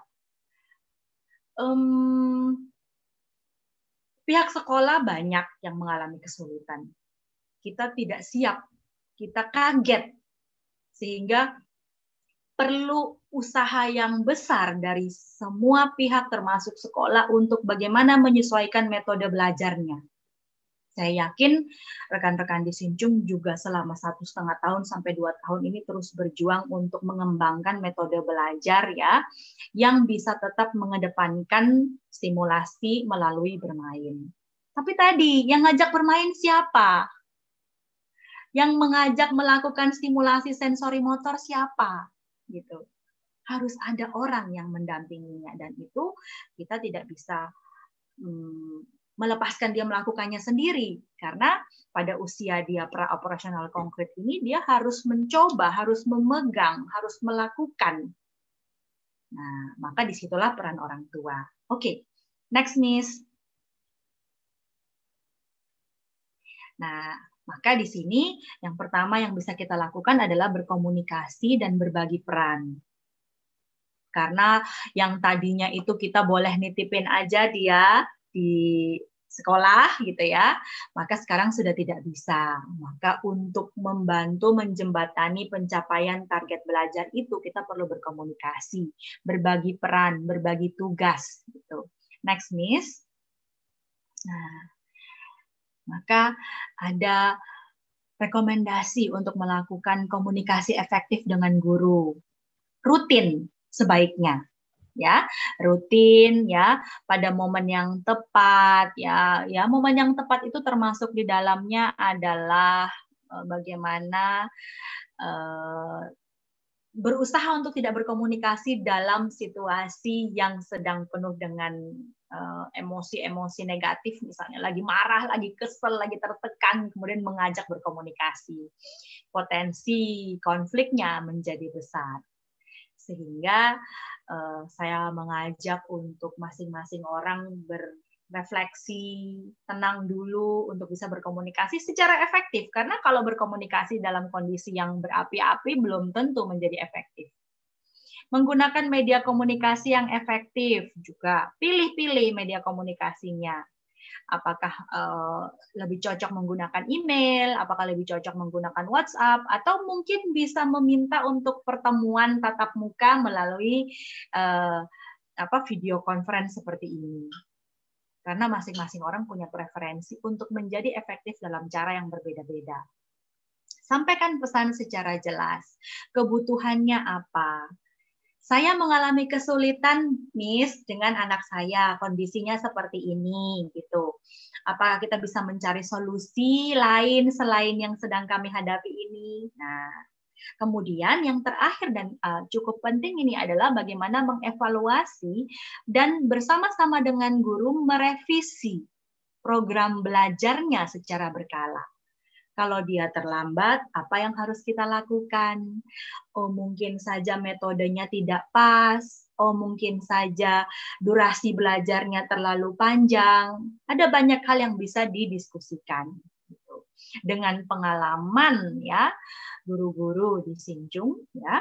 Pihak sekolah banyak yang mengalami kesulitan. Kita tidak siap, kita kaget, sehingga perlu usaha yang besar dari semua pihak termasuk sekolah untuk bagaimana menyesuaikan metode belajarnya. Saya yakin rekan-rekan di Sinjung juga selama 1,5 tahun sampai 2 tahun ini terus berjuang untuk mengembangkan metode belajar ya, yang bisa tetap mengedepankan stimulasi melalui bermain. Tapi tadi yang ngajak bermain siapa? Yang mengajak melakukan stimulasi sensori motor siapa? Gitu. Harus ada orang yang mendampinginya, dan itu kita tidak bisa melepaskan dia melakukannya sendiri, karena pada usia dia pra-operasional konkret ini dia harus mencoba, harus memegang, harus melakukan. Nah, maka disitulah peran orang tua. Oke, next Miss. Nah, maka di sini yang pertama yang bisa kita lakukan adalah berkomunikasi dan berbagi peran. Karena yang tadinya itu kita boleh nitipin aja dia di sekolah gitu ya, maka sekarang sudah tidak bisa. Maka untuk membantu menjembatani pencapaian target belajar itu kita perlu berkomunikasi, berbagi peran, berbagi tugas gitu. Next Miss. Nah, maka ada rekomendasi untuk melakukan komunikasi efektif dengan guru. Rutin sebaiknya. Ya, rutin ya, pada momen yang tepat ya. Ya, momen yang tepat itu termasuk di dalamnya adalah bagaimana berusaha untuk tidak berkomunikasi dalam situasi yang sedang penuh dengan emosi-emosi negatif, misalnya lagi marah, lagi kesel, lagi tertekan, kemudian mengajak berkomunikasi. Potensi konfliknya menjadi besar. Sehingga saya mengajak untuk masing-masing orang berefleksi, tenang dulu untuk bisa berkomunikasi secara efektif. Karena kalau berkomunikasi dalam kondisi yang berapi-api belum tentu menjadi efektif. Menggunakan media komunikasi yang efektif juga. Pilih-pilih media komunikasinya. Apakah lebih cocok menggunakan email, apakah lebih cocok menggunakan WhatsApp, atau mungkin bisa meminta untuk pertemuan tatap muka melalui video conference seperti ini. Karena masing-masing orang punya preferensi untuk menjadi efektif dalam cara yang berbeda-beda. Sampaikan pesan secara jelas. Kebutuhannya apa? Saya mengalami kesulitan, Miss, dengan anak saya. Kondisinya seperti ini, gitu. Apakah kita bisa mencari solusi lain selain yang sedang kami hadapi ini? Nah, kemudian yang terakhir dan cukup penting ini adalah bagaimana mengevaluasi dan bersama-sama dengan guru merevisi program belajarnya secara berkala. Kalau dia terlambat, apa yang harus kita lakukan? Oh, mungkin saja metodenya tidak pas. Oh, mungkin saja durasi belajarnya terlalu panjang. Ada banyak hal yang bisa didiskusikan. Dengan pengalaman ya guru-guru di Sinjung, ya,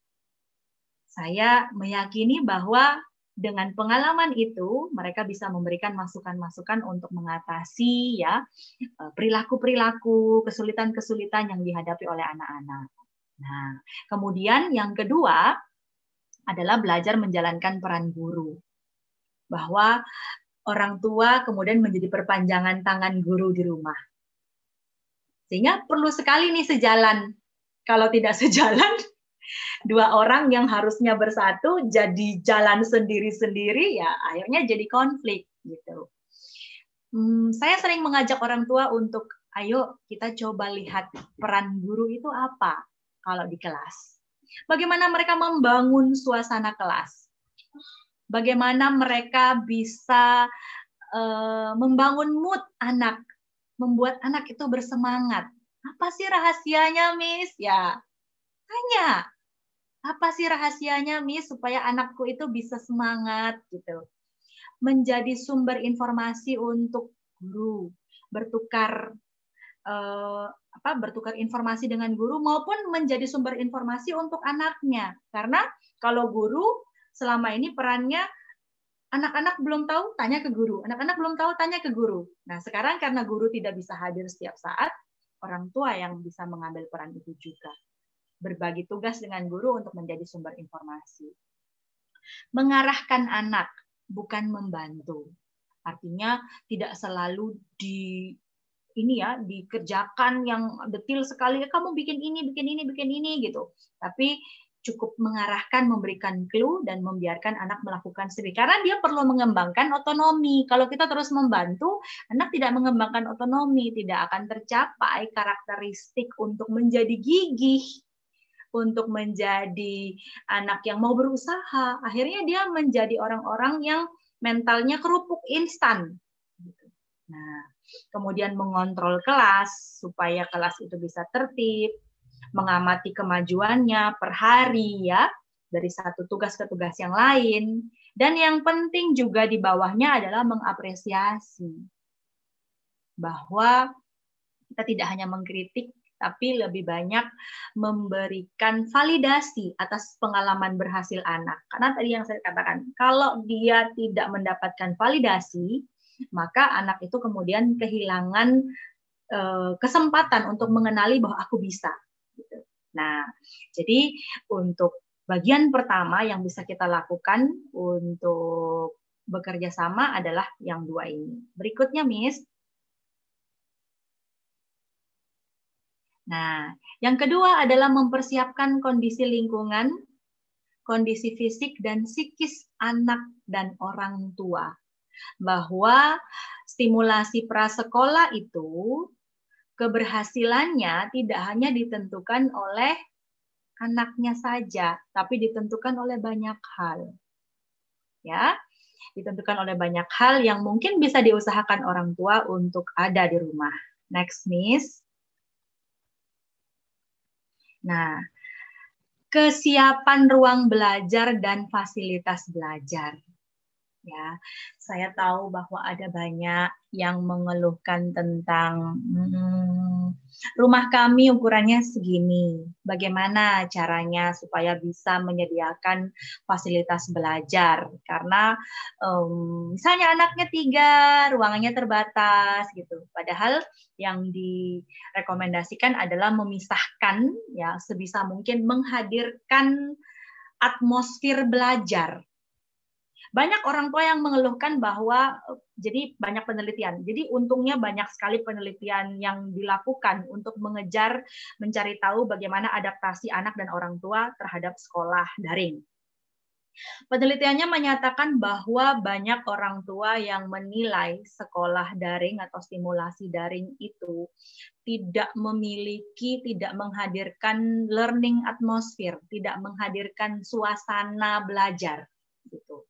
saya meyakini bahwa dengan pengalaman itu, mereka bisa memberikan masukan-masukan untuk mengatasi ya perilaku-perilaku, kesulitan-kesulitan yang dihadapi oleh anak-anak. Nah, kemudian yang kedua adalah belajar menjalankan peran guru. Bahwa orang tua kemudian menjadi perpanjangan tangan guru di rumah. Sehingga perlu sekali nih sejalan. Kalau tidak sejalan, dua orang yang harusnya bersatu jadi jalan sendiri-sendiri, ya akhirnya jadi konflik gitu. Saya sering mengajak orang tua untuk, ayo kita coba lihat peran guru itu apa kalau di kelas. Bagaimana mereka membangun suasana kelas. Bagaimana mereka bisa membangun mood anak, membuat anak itu bersemangat. Apa sih rahasianya, Miss? Ya, tanya. Apa sih rahasianya, Miss, supaya anakku itu bisa semangat gitu. Menjadi sumber informasi untuk guru, bertukar informasi dengan guru maupun menjadi sumber informasi untuk anaknya. Karena kalau guru selama ini perannya anak-anak belum tahu, tanya ke guru. Anak-anak belum tahu, tanya ke guru. Nah, sekarang karena guru tidak bisa hadir setiap saat, orang tua yang bisa mengambil peran itu juga. Berbagi tugas dengan guru untuk menjadi sumber informasi. Mengarahkan anak, bukan membantu. Artinya tidak selalu dikerjakan yang detail sekali, kamu bikin ini gitu. Tapi cukup mengarahkan, memberikan clue dan membiarkan anak melakukan sendiri. Karena dia perlu mengembangkan otonomi. Kalau kita terus membantu, anak tidak mengembangkan otonomi, tidak akan tercapai karakteristik untuk menjadi gigih, untuk menjadi anak yang mau berusaha. Akhirnya dia menjadi orang-orang yang mentalnya kerupuk instan. Nah, kemudian mengontrol kelas supaya kelas itu bisa tertib, mengamati kemajuannya per hari ya, dari satu tugas ke tugas yang lain. Dan yang penting juga di bawahnya adalah mengapresiasi. Bahwa kita tidak hanya mengkritik, tapi lebih banyak memberikan validasi atas pengalaman berhasil anak. Karena tadi yang saya katakan, kalau dia tidak mendapatkan validasi, maka anak itu kemudian kehilangan kesempatan untuk mengenali bahwa aku bisa. Nah, jadi untuk bagian pertama yang bisa kita lakukan untuk bekerja sama adalah yang dua ini. Berikutnya, Miss. Nah, yang kedua adalah mempersiapkan kondisi lingkungan, kondisi fisik dan psikis anak dan orang tua. Bahwa stimulasi prasekolah itu keberhasilannya tidak hanya ditentukan oleh anaknya saja, tapi ditentukan oleh banyak hal. Ya, ditentukan oleh banyak hal yang mungkin bisa diusahakan orang tua untuk ada di rumah. Next, Miss. Nah, kesiapan ruang belajar dan fasilitas belajar. Ya, saya tahu bahwa ada banyak yang mengeluhkan tentang rumah kami ukurannya segini. Bagaimana caranya supaya bisa menyediakan fasilitas belajar? Karena misalnya anaknya 3, ruangannya terbatas gitu. Padahal yang direkomendasikan adalah memisahkan, ya sebisa mungkin menghadirkan atmosfer belajar. Banyak orang tua yang mengeluhkan bahwa, jadi banyak penelitian. Jadi untungnya banyak sekali penelitian yang dilakukan untuk mengejar, mencari tahu bagaimana adaptasi anak dan orang tua terhadap sekolah daring. Penelitiannya menyatakan bahwa banyak orang tua yang menilai sekolah daring atau stimulasi daring itu tidak menghadirkan learning atmosphere, tidak menghadirkan suasana belajar gitu.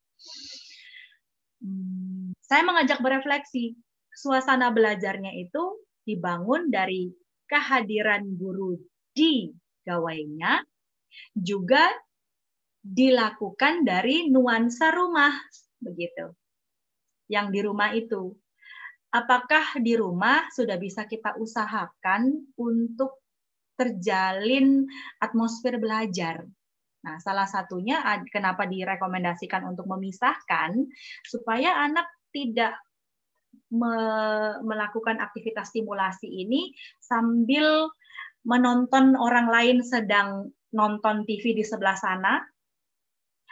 Saya mengajak berefleksi, suasana belajarnya itu dibangun dari kehadiran guru di gawainya, juga dilakukan dari nuansa rumah, begitu. Yang di rumah itu, apakah di rumah sudah bisa kita usahakan untuk terjalin atmosfer belajar? Nah, salah satunya kenapa direkomendasikan untuk memisahkan, supaya anak tidak melakukan aktivitas stimulasi ini sambil menonton orang lain sedang nonton TV di sebelah sana,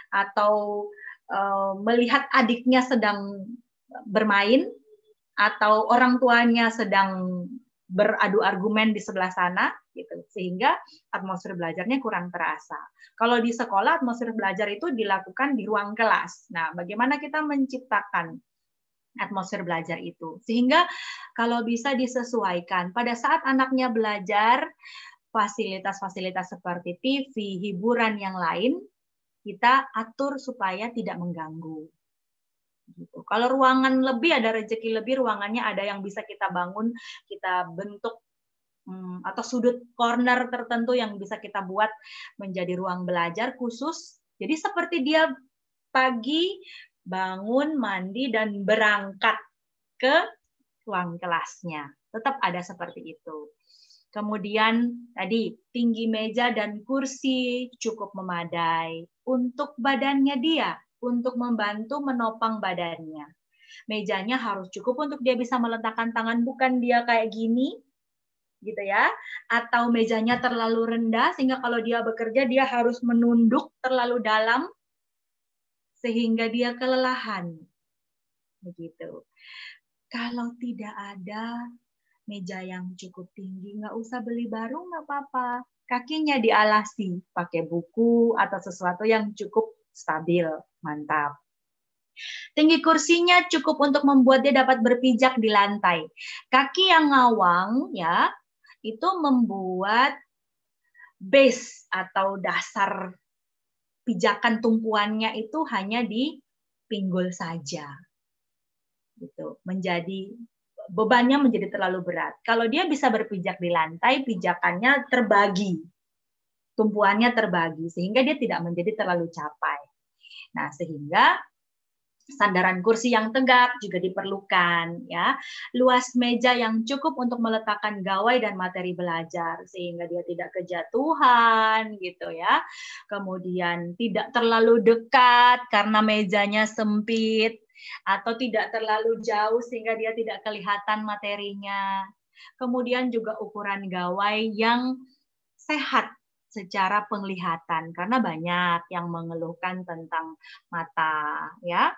atau melihat adiknya sedang bermain, atau orang tuanya sedang beradu argumen di sebelah sana, gitu, sehingga atmosfer belajarnya kurang terasa. Kalau di sekolah atmosfer belajar itu dilakukan di ruang kelas. Nah, bagaimana kita menciptakan atmosfer belajar itu sehingga kalau bisa disesuaikan pada saat anaknya belajar, fasilitas-fasilitas seperti TV, hiburan yang lain kita atur supaya tidak mengganggu. Gitu. Kalau ruangan lebih, ada rezeki lebih, ruangannya ada yang bisa kita bangun, kita bentuk atau sudut corner tertentu yang bisa kita buat menjadi ruang belajar khusus. Jadi seperti dia pagi bangun, mandi, dan berangkat ke ruang kelasnya. Tetap ada seperti itu. Kemudian tadi tinggi meja dan kursi cukup memadai untuk badannya dia, untuk membantu menopang badannya. Mejanya harus cukup untuk dia bisa meletakkan tangan, bukan dia kayak gini, gitu ya. Atau mejanya terlalu rendah sehingga kalau dia bekerja dia harus menunduk terlalu dalam sehingga dia kelelahan. Begitu. Kalau tidak ada meja yang cukup tinggi, nggak usah beli baru, nggak apa-apa. Kakinya dialasi, pakai buku atau sesuatu yang cukup stabil, mantap. Tinggi kursinya cukup untuk membuat dia dapat berpijak di lantai. Kaki yang ngawang, ya, itu membuat base atau dasar pijakan tumpuannya itu hanya di pinggul saja. Gitu. Bebannya menjadi terlalu berat. Kalau dia bisa berpijak di lantai, pijakannya terbagi, tumpuannya terbagi, sehingga dia tidak menjadi terlalu capai. Nah, sehingga sandaran kursi yang tegak juga diperlukan, ya. Luas meja yang cukup untuk meletakkan gawai dan materi belajar, sehingga dia tidak kejatuhan, gitu ya. Kemudian tidak terlalu dekat karena mejanya sempit, atau tidak terlalu jauh sehingga dia tidak kelihatan materinya. Kemudian juga ukuran gawai yang sehat secara penglihatan, karena banyak yang mengeluhkan tentang mata, ya,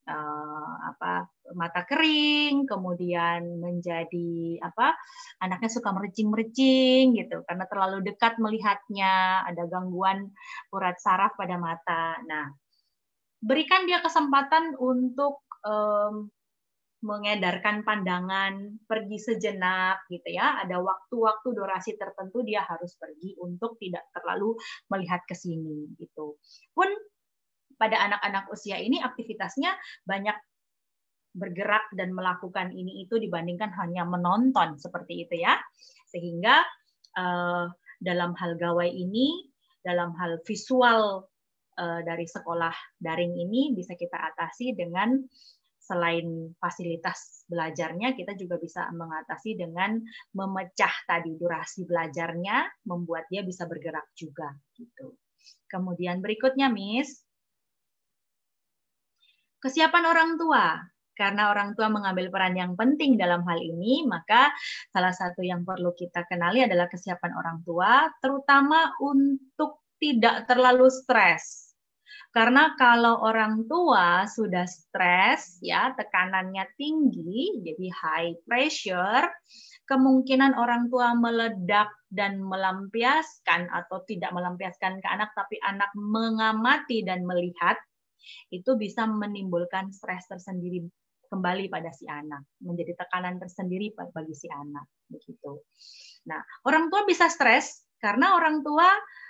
mata kering, kemudian menjadi anaknya suka mericing-mericing gitu karena terlalu dekat melihatnya, ada gangguan urat saraf pada mata. Nah, berikan dia kesempatan untuk mengedarkan pandangan, pergi sejenak gitu ya. Ada waktu-waktu durasi tertentu dia harus pergi untuk tidak terlalu melihat ke sini gitu. Pun pada anak-anak usia ini aktivitasnya banyak bergerak dan melakukan ini itu dibandingkan hanya menonton seperti itu ya. Sehingga dalam hal gawai ini, dalam hal visual dari sekolah daring ini bisa kita atasi dengan selain fasilitas belajarnya, kita juga bisa mengatasi dengan memecah tadi durasi belajarnya, membuat dia bisa bergerak juga. Gitu. Kemudian berikutnya, Miss, kesiapan orang tua. Karena orang tua mengambil peran yang penting dalam hal ini, maka salah satu yang perlu kita kenali adalah kesiapan orang tua, terutama untuk tidak terlalu stres. Karena kalau orang tua sudah stres, ya tekanannya tinggi, jadi high pressure, kemungkinan orang tua meledak dan melampiaskan atau tidak melampiaskan ke anak, tapi anak mengamati dan melihat, itu bisa menimbulkan stres tersendiri kembali pada si anak, menjadi tekanan tersendiri bagi si anak, begitu. Nah, orang tua bisa stres karena orang tua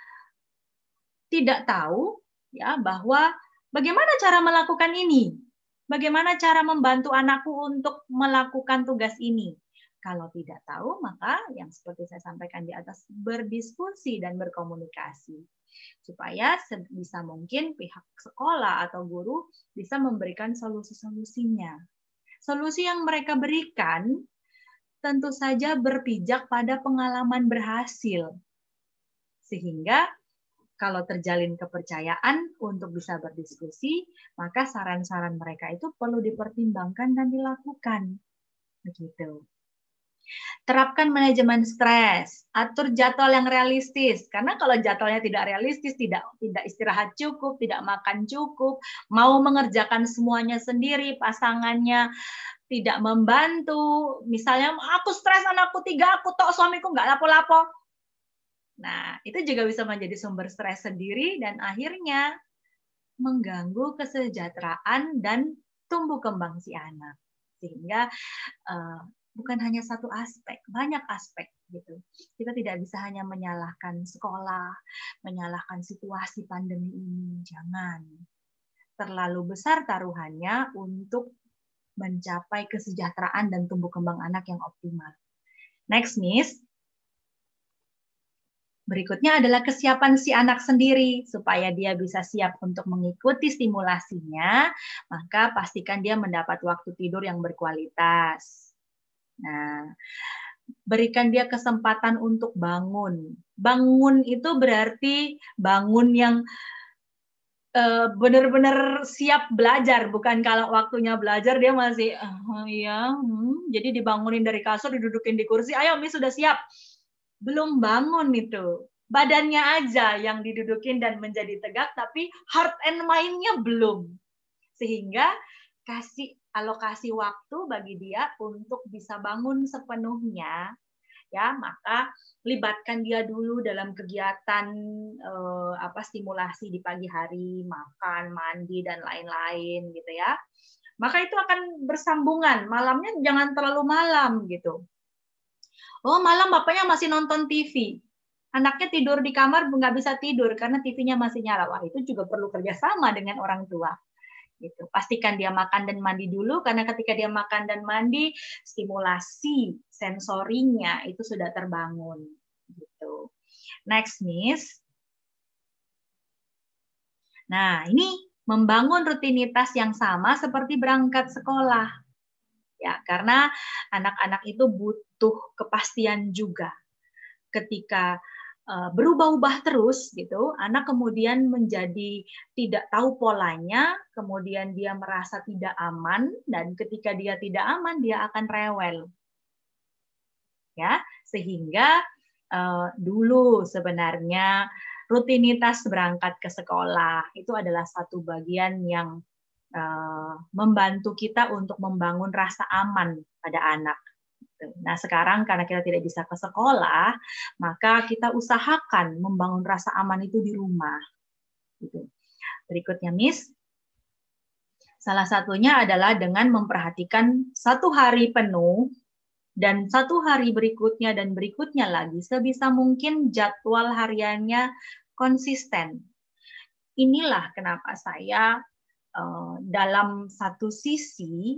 tidak tahu ya bahwa bagaimana cara melakukan ini, bagaimana cara membantu anakku untuk melakukan tugas ini. Kalau tidak tahu, maka yang seperti saya sampaikan di atas, berdiskusi dan berkomunikasi supaya sebisa mungkin pihak sekolah atau guru bisa memberikan solusi-solusinya. Solusi yang mereka berikan tentu saja berpijak pada pengalaman berhasil, sehingga kalau terjalin kepercayaan untuk bisa berdiskusi, maka saran-saran mereka itu perlu dipertimbangkan dan dilakukan. Begitu. Terapkan manajemen stres, atur jadwal yang realistis. Karena kalau jadwalnya tidak realistis, tidak istirahat cukup, tidak makan cukup, mau mengerjakan semuanya sendiri, pasangannya tidak membantu. Misalnya, aku stres, anakku 3, aku tok, suamiku nggak lapo-lapo. Nah, itu juga bisa menjadi sumber stres sendiri dan akhirnya mengganggu kesejahteraan dan tumbuh kembang si anak. Sehingga bukan hanya satu aspek, banyak aspek gitu. Kita tidak bisa hanya menyalahkan sekolah, menyalahkan situasi pandemi ini. Jangan. Terlalu besar taruhannya untuk mencapai kesejahteraan dan tumbuh kembang anak yang optimal. Next, Miss. Berikutnya adalah kesiapan si anak sendiri. Supaya dia bisa siap untuk mengikuti stimulasinya, maka pastikan dia mendapat waktu tidur yang berkualitas. Nah, berikan dia kesempatan untuk bangun. Bangun itu berarti bangun yang benar-benar siap belajar, bukan kalau waktunya belajar dia masih jadi dibangunin dari kasur, didudukin di kursi, ayo Miss sudah siap. Belum bangun itu. Badannya aja yang didudukin dan menjadi tegak, tapi heart and mind-nya belum. Sehingga kasih alokasi waktu bagi dia untuk bisa bangun sepenuhnya, ya, maka libatkan dia dulu dalam kegiatan stimulasi di pagi hari, makan, mandi dan lain-lain gitu ya. Maka itu akan bersambungan, malamnya jangan terlalu malam gitu. Oh, malam bapaknya masih nonton TV. Anaknya tidur di kamar nggak bisa tidur karena TV-nya masih nyala. Wah, itu juga perlu kerjasama dengan orang tua. Gitu. Pastikan dia makan dan mandi dulu, karena ketika dia makan dan mandi, stimulasi sensorinya itu sudah terbangun. Gitu. Next, Miss. Nah, ini membangun rutinitas yang sama seperti berangkat sekolah. Ya, karena anak-anak itu butuh kepastian juga. Ketika berubah-ubah terus gitu, anak kemudian menjadi tidak tahu polanya, kemudian dia merasa tidak aman, dan ketika dia tidak aman dia akan rewel. Ya, sehingga dulu sebenarnya rutinitas berangkat ke sekolah itu adalah satu bagian yang membantu kita untuk membangun rasa aman pada anak. Nah, sekarang karena kita tidak bisa ke sekolah, maka kita usahakan membangun rasa aman itu di rumah. Gitu. Berikutnya, Miss. Salah satunya adalah dengan memperhatikan 1 hari penuh dan 1 hari berikutnya dan berikutnya lagi, sebisa mungkin jadwal hariannya konsisten. Inilah kenapa saya dalam satu sisi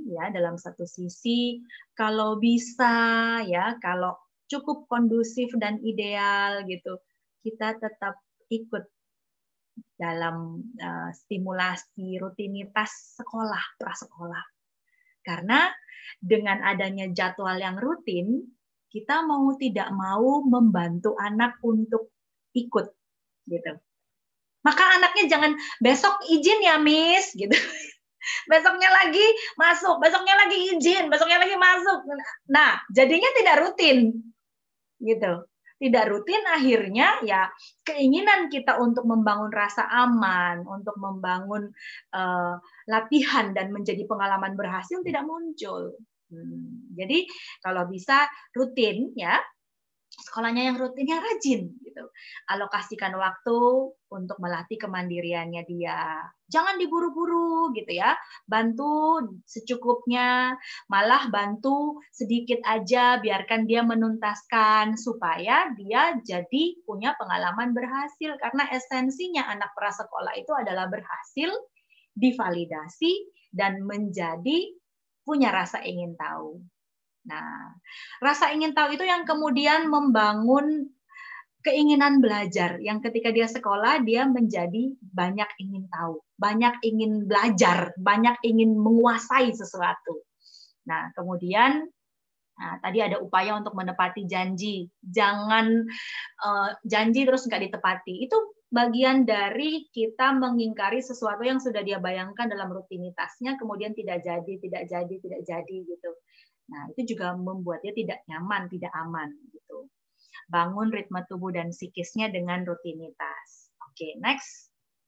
kalau bisa ya, kalau cukup kondusif dan ideal gitu, kita tetap ikut dalam stimulasi rutinitas sekolah, prasekolah. Karena dengan adanya jadwal yang rutin, kita mau tidak mau membantu anak untuk ikut gitu. Maka anaknya jangan besok izin ya Miss gitu. Besoknya lagi masuk, besoknya lagi izin, besoknya lagi masuk. Nah, jadinya tidak rutin. Gitu. Tidak rutin, akhirnya ya keinginan kita untuk membangun rasa aman, untuk membangun latihan dan menjadi pengalaman berhasil tidak muncul. Jadi kalau bisa rutin ya, sekolahnya yang rutin, yang rajin gitu. Alokasikan waktu untuk melatih kemandiriannya dia. Jangan diburu-buru gitu ya. Bantu secukupnya, malah bantu sedikit aja, biarkan dia menuntaskan supaya dia jadi punya pengalaman berhasil, karena esensinya anak prasekolah itu adalah berhasil, divalidasi dan menjadi punya rasa ingin tahu. Nah, rasa ingin tahu itu yang kemudian membangun keinginan belajar, yang ketika dia sekolah, dia menjadi banyak ingin tahu, banyak ingin belajar, banyak ingin menguasai sesuatu. Nah, kemudian tadi ada upaya untuk menepati janji. Jangan janji terus nggak ditepati. Itu bagian dari kita mengingkari sesuatu yang sudah dia bayangkan dalam rutinitasnya, kemudian tidak jadi gitu. Nah, itu juga membuat dia tidak nyaman, tidak aman gitu. Bangun ritme tubuh dan psikisnya dengan rutinitas. Oke, next.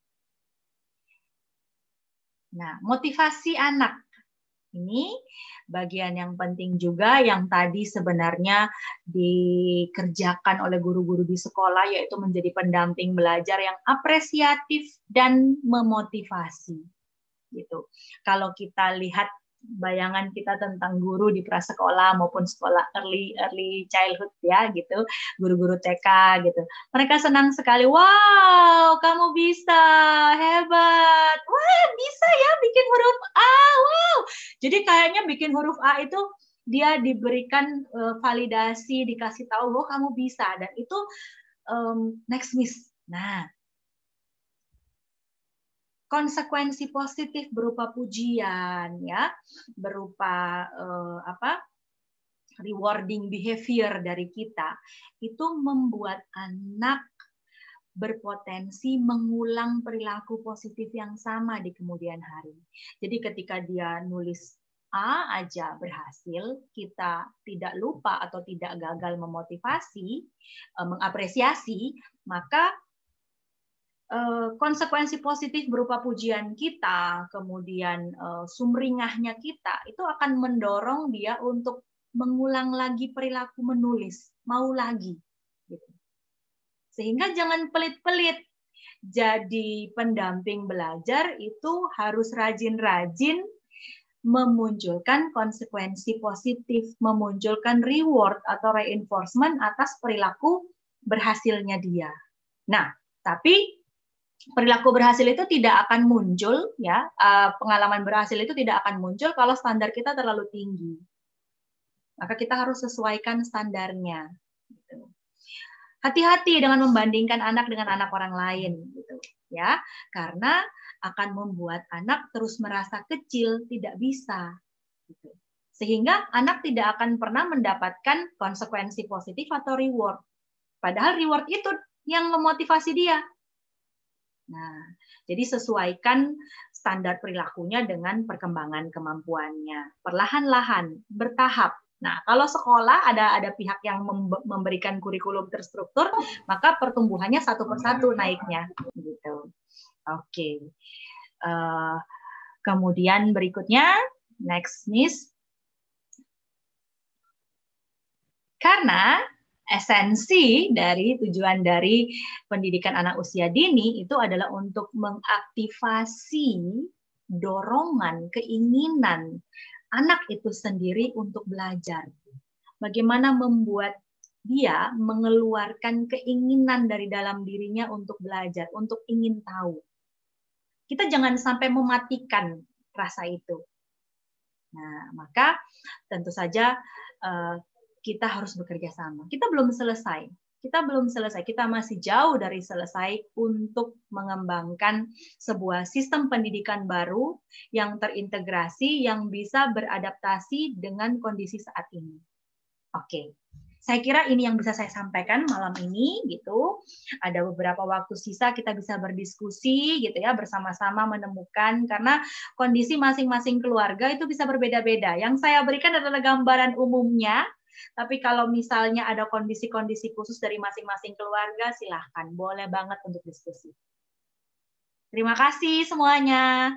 Nah, motivasi anak. Ini bagian yang penting juga yang tadi sebenarnya dikerjakan oleh guru-guru di sekolah, yaitu menjadi pendamping belajar yang apresiatif dan memotivasi. Gitu. Kalau kita lihat bayangan kita tentang guru di prasekolah maupun sekolah early childhood ya gitu, guru-guru TK gitu. Mereka senang sekali, wow, kamu bisa, hebat. Wah, bisa ya bikin huruf A. Wow. Jadi kayaknya bikin huruf A itu dia diberikan validasi, dikasih tahu, oh kamu bisa, dan itu next miss. Nah, konsekuensi positif berupa pujian, ya, berupa rewarding behavior dari kita, itu membuat anak berpotensi mengulang perilaku positif yang sama di kemudian hari. Jadi ketika dia nulis A aja berhasil, kita tidak lupa atau tidak gagal memotivasi, mengapresiasi, maka konsekuensi positif berupa pujian kita, kemudian sumringahnya kita, itu akan mendorong dia untuk mengulang lagi perilaku menulis, mau lagi. Gitu. Sehingga jangan pelit-pelit. Jadi pendamping belajar itu harus rajin-rajin memunculkan konsekuensi positif, memunculkan reward atau reinforcement atas perilaku berhasilnya dia. Nah, tapi perilaku berhasil itu tidak akan muncul, ya, pengalaman berhasil itu tidak akan muncul kalau standar kita terlalu tinggi. Maka kita harus sesuaikan standarnya. Gitu. Hati-hati dengan membandingkan anak dengan anak orang lain, gitu, ya, karena akan membuat anak terus merasa kecil, tidak bisa. Gitu. Sehingga anak tidak akan pernah mendapatkan konsekuensi positif atau reward. Padahal reward itu yang memotivasi dia. Nah, jadi sesuaikan standar perilakunya dengan perkembangan kemampuannya. Perlahan-lahan, bertahap. Nah, kalau sekolah ada pihak yang memberikan kurikulum terstruktur, maka pertumbuhannya satu persatu naiknya. Gitu. Oke. Kemudian berikutnya, next miss. Karena esensi dari tujuan dari pendidikan anak usia dini itu adalah untuk mengaktifasi dorongan, keinginan anak itu sendiri untuk belajar. Bagaimana membuat dia mengeluarkan keinginan dari dalam dirinya untuk belajar, untuk ingin tahu. Kita jangan sampai mematikan rasa itu. Nah, maka tentu saja kita harus bekerja sama. Kita belum selesai. Kita masih jauh dari selesai untuk mengembangkan sebuah sistem pendidikan baru yang terintegrasi, yang bisa beradaptasi dengan kondisi saat ini. Oke. Saya kira ini yang bisa saya sampaikan malam ini gitu. Ada beberapa waktu sisa kita bisa berdiskusi gitu ya, bersama-sama menemukan, karena kondisi masing-masing keluarga itu bisa berbeda-beda. Yang saya berikan adalah gambaran umumnya, tapi kalau misalnya ada kondisi-kondisi khusus dari masing-masing keluarga, silahkan, boleh banget untuk diskusi. Terima kasih semuanya.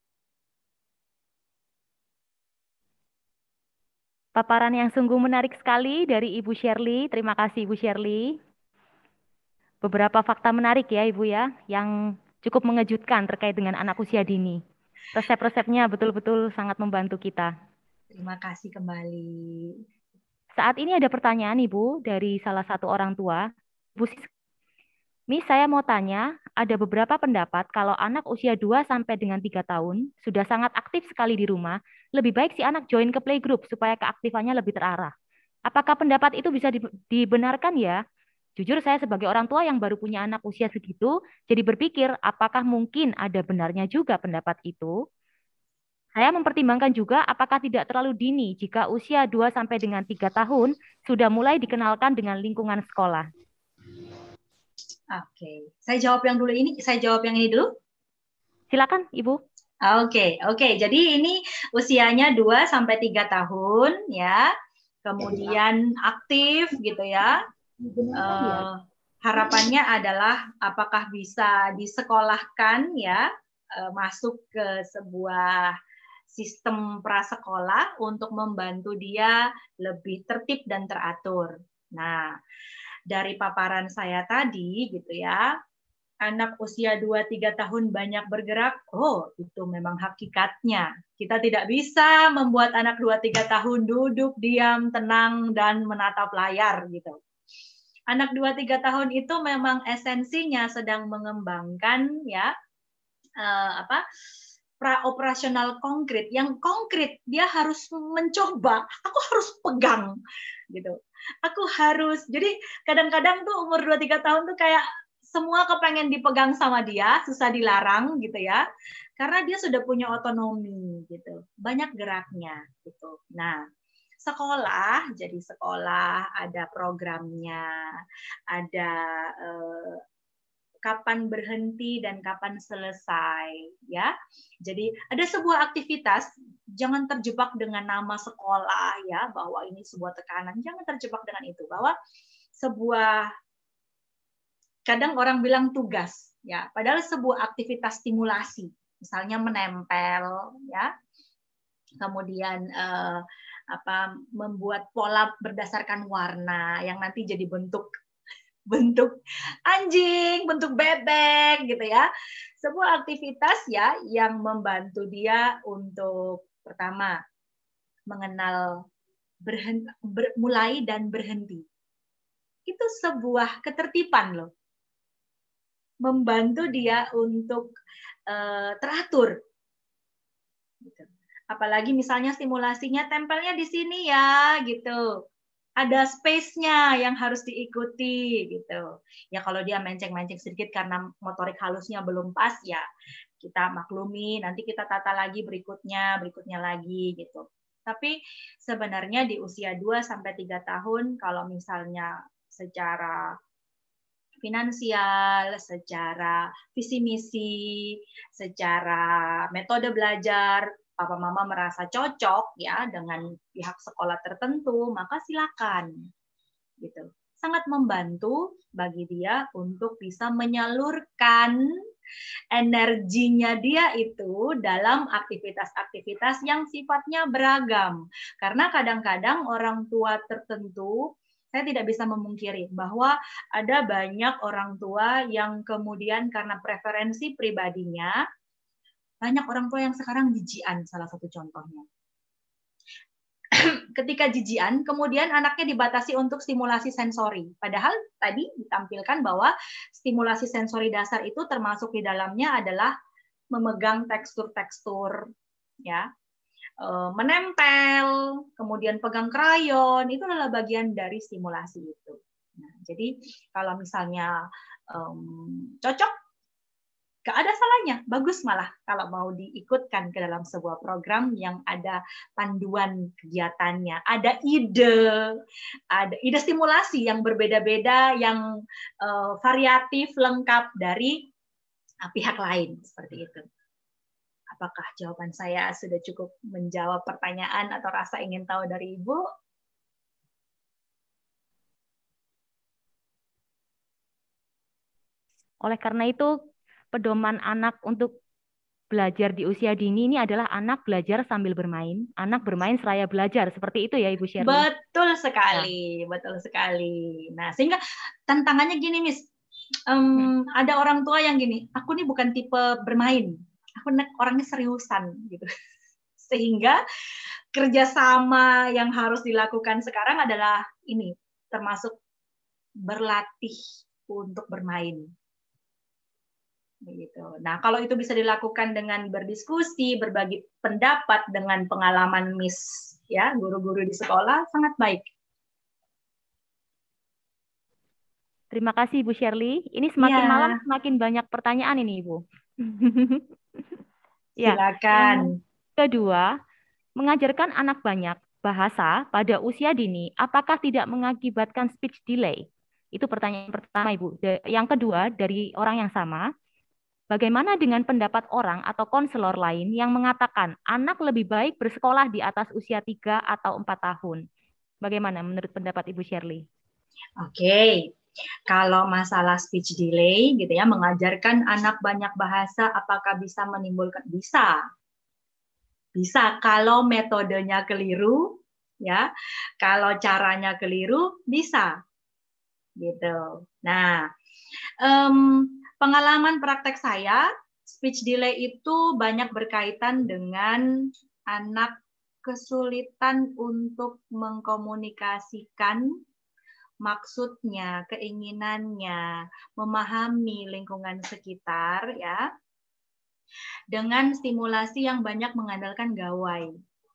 Paparan yang sungguh menarik sekali dari Ibu Shirley. Terima kasih Ibu Shirley. Beberapa fakta menarik ya Ibu ya, yang cukup mengejutkan terkait dengan anak usia dini. Resep-resepnya betul-betul sangat membantu kita. Terima kasih kembali. Saat ini ada pertanyaan Ibu dari salah satu orang tua. Bu Miss, saya mau tanya, ada beberapa pendapat kalau anak usia 2 sampai dengan 3 tahun sudah sangat aktif sekali di rumah, lebih baik si anak join ke playgroup supaya keaktifannya lebih terarah. Apakah pendapat itu bisa dibenarkan ya? Jujur saya sebagai orang tua yang baru punya anak usia segitu, jadi berpikir apakah mungkin ada benarnya juga pendapat itu? Saya mempertimbangkan juga apakah tidak terlalu dini jika usia 2 sampai dengan 3 tahun sudah mulai dikenalkan dengan lingkungan sekolah. Oke. Saya jawab yang dulu ini. Saya jawab yang ini dulu. Silakan, Ibu. Oke. Jadi ini usianya 2 sampai 3 tahun ya. Kemudian aktif gitu ya. Harapannya adalah apakah bisa disekolahkan ya, masuk ke sebuah sistem prasekolah untuk membantu dia lebih tertib dan teratur. Nah, dari paparan saya tadi gitu ya, anak usia 2-3 tahun banyak bergerak, itu memang hakikatnya. Kita tidak bisa membuat anak 2-3 tahun duduk, diam, tenang, dan menatap layar gitu. Anak 2-3 tahun itu memang esensinya sedang mengembangkan ya pra-operasional konkret. Yang konkret dia harus mencoba, aku harus pegang gitu. Aku harus, jadi kadang-kadang tuh umur 2-3 tahun tuh kayak semua kepengen dipegang sama dia, susah dilarang gitu ya. Karena dia sudah punya otonomi gitu. Banyak geraknya gitu. Nah, jadi sekolah ada programnya, ada kapan berhenti dan kapan selesai ya. Jadi ada sebuah aktivitas, jangan terjebak dengan nama sekolah ya, bahwa ini sebuah tekanan, jangan terjebak dengan itu, bahwa sebuah, kadang orang bilang tugas ya, padahal sebuah aktivitas stimulasi, misalnya menempel ya, kemudian membuat pola berdasarkan warna yang nanti jadi bentuk anjing, bentuk bebek gitu ya. Sebuah aktivitas ya yang membantu dia untuk pertama mengenal mulai dan berhenti. Itu sebuah ketertiban loh. Membantu dia untuk teratur. Gitu. Apalagi misalnya stimulasinya tempelnya di sini ya gitu. Ada space-nya yang harus diikuti gitu. Ya kalau dia menceng-menceng sedikit karena motorik halusnya belum pas ya kita maklumi, nanti kita tata lagi berikutnya lagi gitu. Tapi sebenarnya di usia 2 sampai 3 tahun kalau misalnya secara finansial, secara visi misi, secara metode belajar, papa mama merasa cocok ya dengan pihak sekolah tertentu, maka silakan. Gitu. Sangat membantu bagi dia untuk bisa menyalurkan energinya dia itu dalam aktivitas-aktivitas yang sifatnya beragam. Karena kadang-kadang orang tua tertentu, saya tidak bisa memungkiri bahwa ada banyak orang tua yang kemudian karena preferensi pribadinya, banyak orang tua yang sekarang jijian, salah satu contohnya. Ketika jijian, kemudian anaknya dibatasi untuk stimulasi sensori. Padahal tadi ditampilkan bahwa stimulasi sensori dasar itu termasuk di dalamnya adalah memegang tekstur-tekstur, ya, menempel, kemudian pegang krayon, itu adalah bagian dari stimulasi itu. Nah, jadi kalau misalnya cocok, gak ada salahnya, bagus malah kalau mau diikutkan ke dalam sebuah program yang ada panduan kegiatannya, ada ide stimulasi yang berbeda-beda, yang variatif, lengkap dari pihak lain, seperti itu. Apakah jawaban saya sudah cukup menjawab pertanyaan atau rasa ingin tahu dari Ibu? Oleh karena itu, pedoman anak untuk belajar di usia dini ini adalah anak belajar sambil bermain, anak bermain seraya belajar. Seperti itu ya, Ibu Shirley? Betul sekali, betul sekali. Nah, sehingga tantangannya gini, Miss. Ada orang tua yang gini, aku nih bukan tipe bermain, aku orangnya seriusan gitu. Sehingga kerjasama yang harus dilakukan sekarang adalah ini, termasuk berlatih untuk bermain. Begitu. Nah, kalau itu bisa dilakukan dengan berdiskusi, berbagi pendapat dengan pengalaman Miss, ya, guru-guru di sekolah, sangat baik. Terima kasih Ibu Shirley. Ini semakin malam semakin banyak pertanyaan ini Ibu. Silakan. Yang kedua, mengajarkan anak banyak bahasa pada usia dini, apakah tidak mengakibatkan speech delay? Itu pertanyaan pertama, Ibu. Yang kedua, dari orang yang sama, bagaimana dengan pendapat orang atau konselor lain yang mengatakan anak lebih baik bersekolah di atas usia 3 atau 4 tahun? Bagaimana menurut pendapat Ibu Shirley? Oke. Kalau masalah speech delay gitu ya, mengajarkan anak banyak bahasa apakah bisa menimbulkan, bisa. Bisa kalau metodenya keliru ya. Kalau caranya keliru bisa. Gitu. Nah, pengalaman praktek saya, speech delay itu banyak berkaitan dengan anak kesulitan untuk mengkomunikasikan maksudnya, keinginannya, memahami lingkungan sekitar ya, dengan stimulasi yang banyak mengandalkan gawai.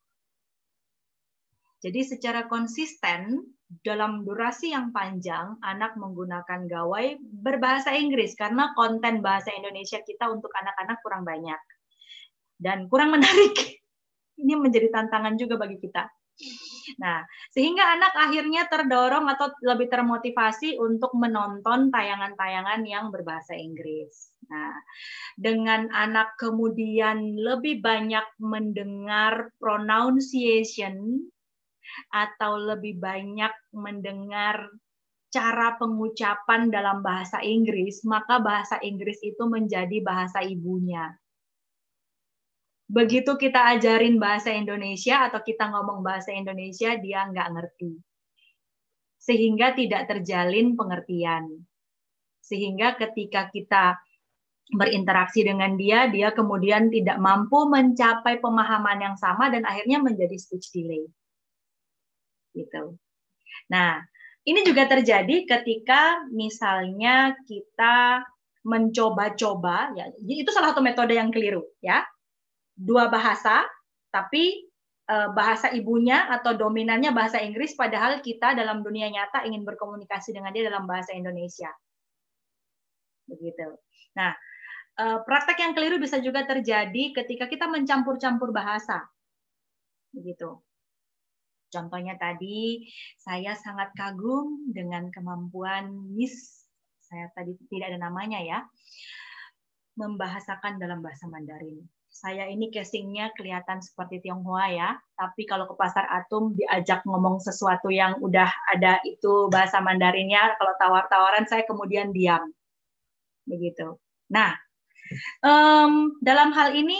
Jadi secara konsisten dalam durasi yang panjang anak menggunakan gawai berbahasa Inggris karena konten bahasa Indonesia kita untuk anak-anak kurang banyak dan kurang menarik. Ini menjadi tantangan juga bagi kita. Nah, sehingga anak akhirnya terdorong atau lebih termotivasi untuk menonton tayangan-tayangan yang berbahasa Inggris. Nah, dengan anak kemudian lebih banyak mendengar pronunciation atau lebih banyak mendengar cara pengucapan dalam bahasa Inggris, maka bahasa Inggris itu menjadi bahasa ibunya. Begitu kita ajarin bahasa Indonesia atau kita ngomong bahasa Indonesia, dia nggak ngerti. Sehingga tidak terjalin pengertian. Sehingga ketika kita berinteraksi dengan dia, dia kemudian tidak mampu mencapai pemahaman yang sama dan akhirnya menjadi speech delay. Gitu. Nah, ini juga terjadi ketika misalnya kita mencoba-coba, ya, itu salah satu metode yang keliru, ya. Dua bahasa, tapi bahasa ibunya atau dominannya bahasa Inggris, padahal kita dalam dunia nyata ingin berkomunikasi dengan dia dalam bahasa Indonesia. Begitu. Nah, praktek yang keliru bisa juga terjadi ketika kita mencampur-campur bahasa. Begitu. Contohnya tadi, saya sangat kagum dengan kemampuan Miss, saya tadi tidak ada namanya ya, membahasakan dalam bahasa Mandarin. Saya ini casingnya kelihatan seperti Tionghoa ya, tapi kalau ke pasar Atum diajak ngomong sesuatu yang udah ada itu bahasa Mandarinnya, kalau tawar-tawaran saya kemudian diam. Begitu. Nah, dalam hal ini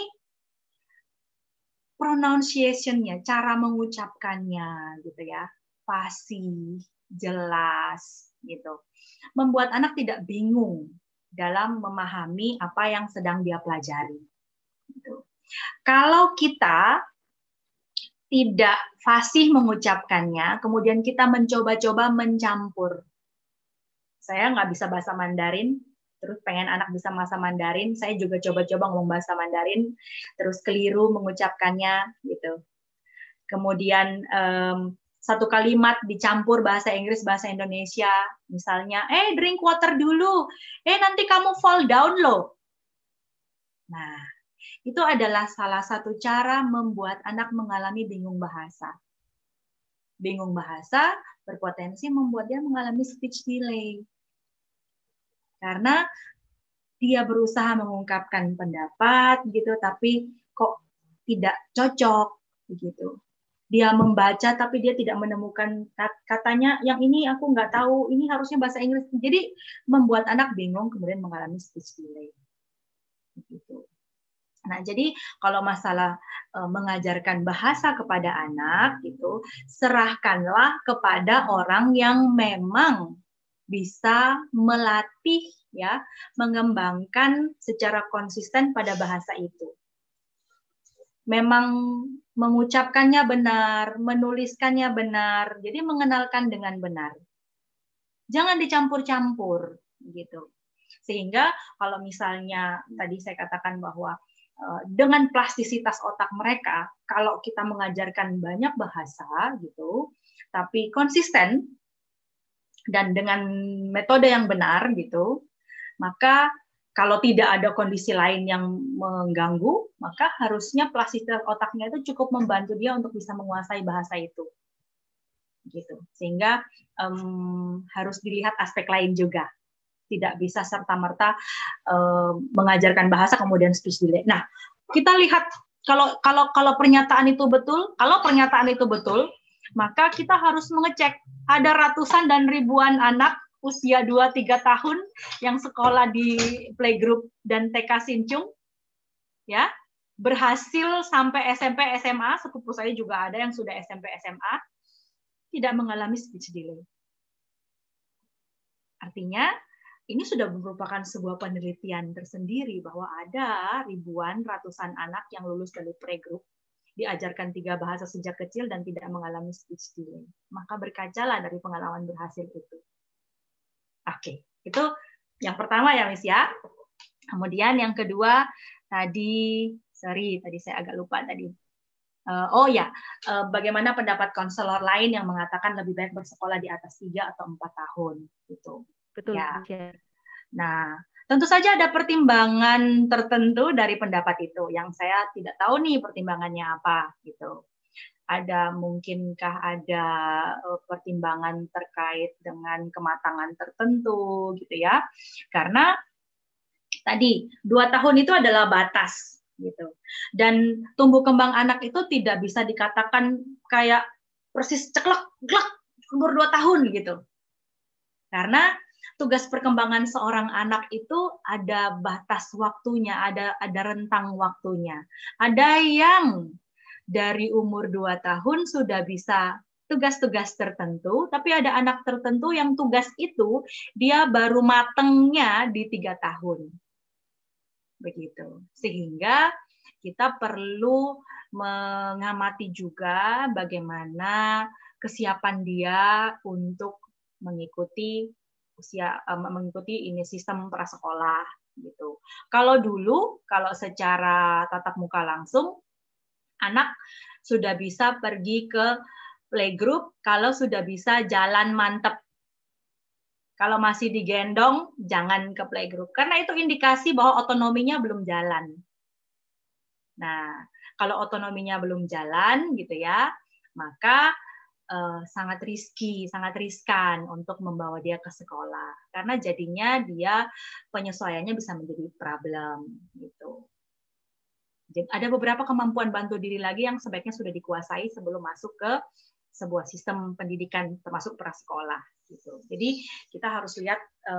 pronunciation-nya, cara mengucapkannya gitu ya, fasih, jelas gitu. Membuat anak tidak bingung dalam memahami apa yang sedang dia pelajari. Gitu. Kalau kita tidak fasih mengucapkannya, kemudian kita mencoba-coba mencampur. Saya nggak bisa bahasa Mandarin, terus pengen anak bisa bahasa Mandarin, saya juga coba-coba ngomong bahasa Mandarin, terus keliru mengucapkannya, gitu. Kemudian satu kalimat dicampur bahasa Inggris, bahasa Indonesia, misalnya, drink water dulu, nanti kamu fall down loh. Nah, itu adalah salah satu cara membuat anak mengalami bingung bahasa. Bingung bahasa berpotensi membuat dia mengalami speech delay. Karena dia berusaha mengungkapkan pendapat gitu, tapi kok tidak cocok begitu. Dia membaca tapi dia tidak menemukan katanya yang ini aku nggak tahu, ini harusnya bahasa Inggris. Jadi membuat anak bingung kemudian mengalami speech delay. Begitu. Nah, jadi kalau masalah mengajarkan bahasa kepada anak gitu, serahkanlah kepada orang yang memang bisa melatih ya, mengembangkan secara konsisten pada bahasa itu. Memang mengucapkannya benar, menuliskannya benar, jadi mengenalkan dengan benar. Jangan dicampur-campur gitu. Sehingga kalau misalnya tadi saya katakan bahwa dengan plastisitas otak mereka, kalau kita mengajarkan banyak bahasa gitu, tapi konsisten dan dengan metode yang benar gitu, maka kalau tidak ada kondisi lain yang mengganggu, maka harusnya plastisitas otaknya itu cukup membantu dia untuk bisa menguasai bahasa itu. gitu. Sehingga harus dilihat aspek lain juga. Tidak bisa serta-merta mengajarkan bahasa kemudian speech delay. Nah, kita lihat kalau pernyataan itu betul, maka kita harus mengecek ada ratusan dan ribuan anak usia 2-3 tahun yang sekolah di playgroup dan TK Sincung, ya, berhasil sampai SMP SMA, sepupu saya juga ada yang sudah SMP SMA, tidak mengalami speech delay. Artinya, ini sudah merupakan sebuah penelitian tersendiri bahwa ada ribuan, ratusan anak yang lulus dari playgroup, diajarkan 3 bahasa sejak kecil dan tidak mengalami speech delay. Maka berkacalah dari pengalaman berhasil itu. Oke, itu yang pertama ya, Miss ya. Kemudian yang kedua, tadi saya agak lupa tadi. Bagaimana pendapat konselor lain yang mengatakan lebih baik bersekolah di atas 3 atau 4 tahun gitu. Betul. Ya. Nah, tentu saja ada pertimbangan tertentu dari pendapat itu yang saya tidak tahu nih pertimbangannya apa gitu. Mungkinkah ada pertimbangan terkait dengan kematangan tertentu gitu ya. Karena tadi 2 tahun itu adalah batas gitu. Dan tumbuh kembang anak itu tidak bisa dikatakan kayak persis ceklek umur 2 tahun gitu. Karena tugas perkembangan seorang anak itu ada batas waktunya, ada rentang waktunya. Ada yang dari umur 2 tahun sudah bisa tugas-tugas tertentu, tapi ada anak tertentu yang tugas itu dia baru matengnya di 3 tahun. Begitu. Sehingga kita perlu mengamati juga bagaimana kesiapan dia untuk mengikuti ini sistem prasekolah gitu. Kalau secara tatap muka langsung anak sudah bisa pergi ke playgroup kalau sudah bisa jalan mantep. Kalau masih digendong jangan ke playgroup karena itu indikasi bahwa otonominya belum jalan. Nah, kalau otonominya belum jalan gitu ya, maka sangat riskan untuk membawa dia ke sekolah karena jadinya dia penyesuaiannya bisa menjadi problem gitu. Jadi ada beberapa kemampuan bantu diri lagi yang sebaiknya sudah dikuasai sebelum masuk ke sebuah sistem pendidikan termasuk prasekolah gitu. Jadi kita harus lihat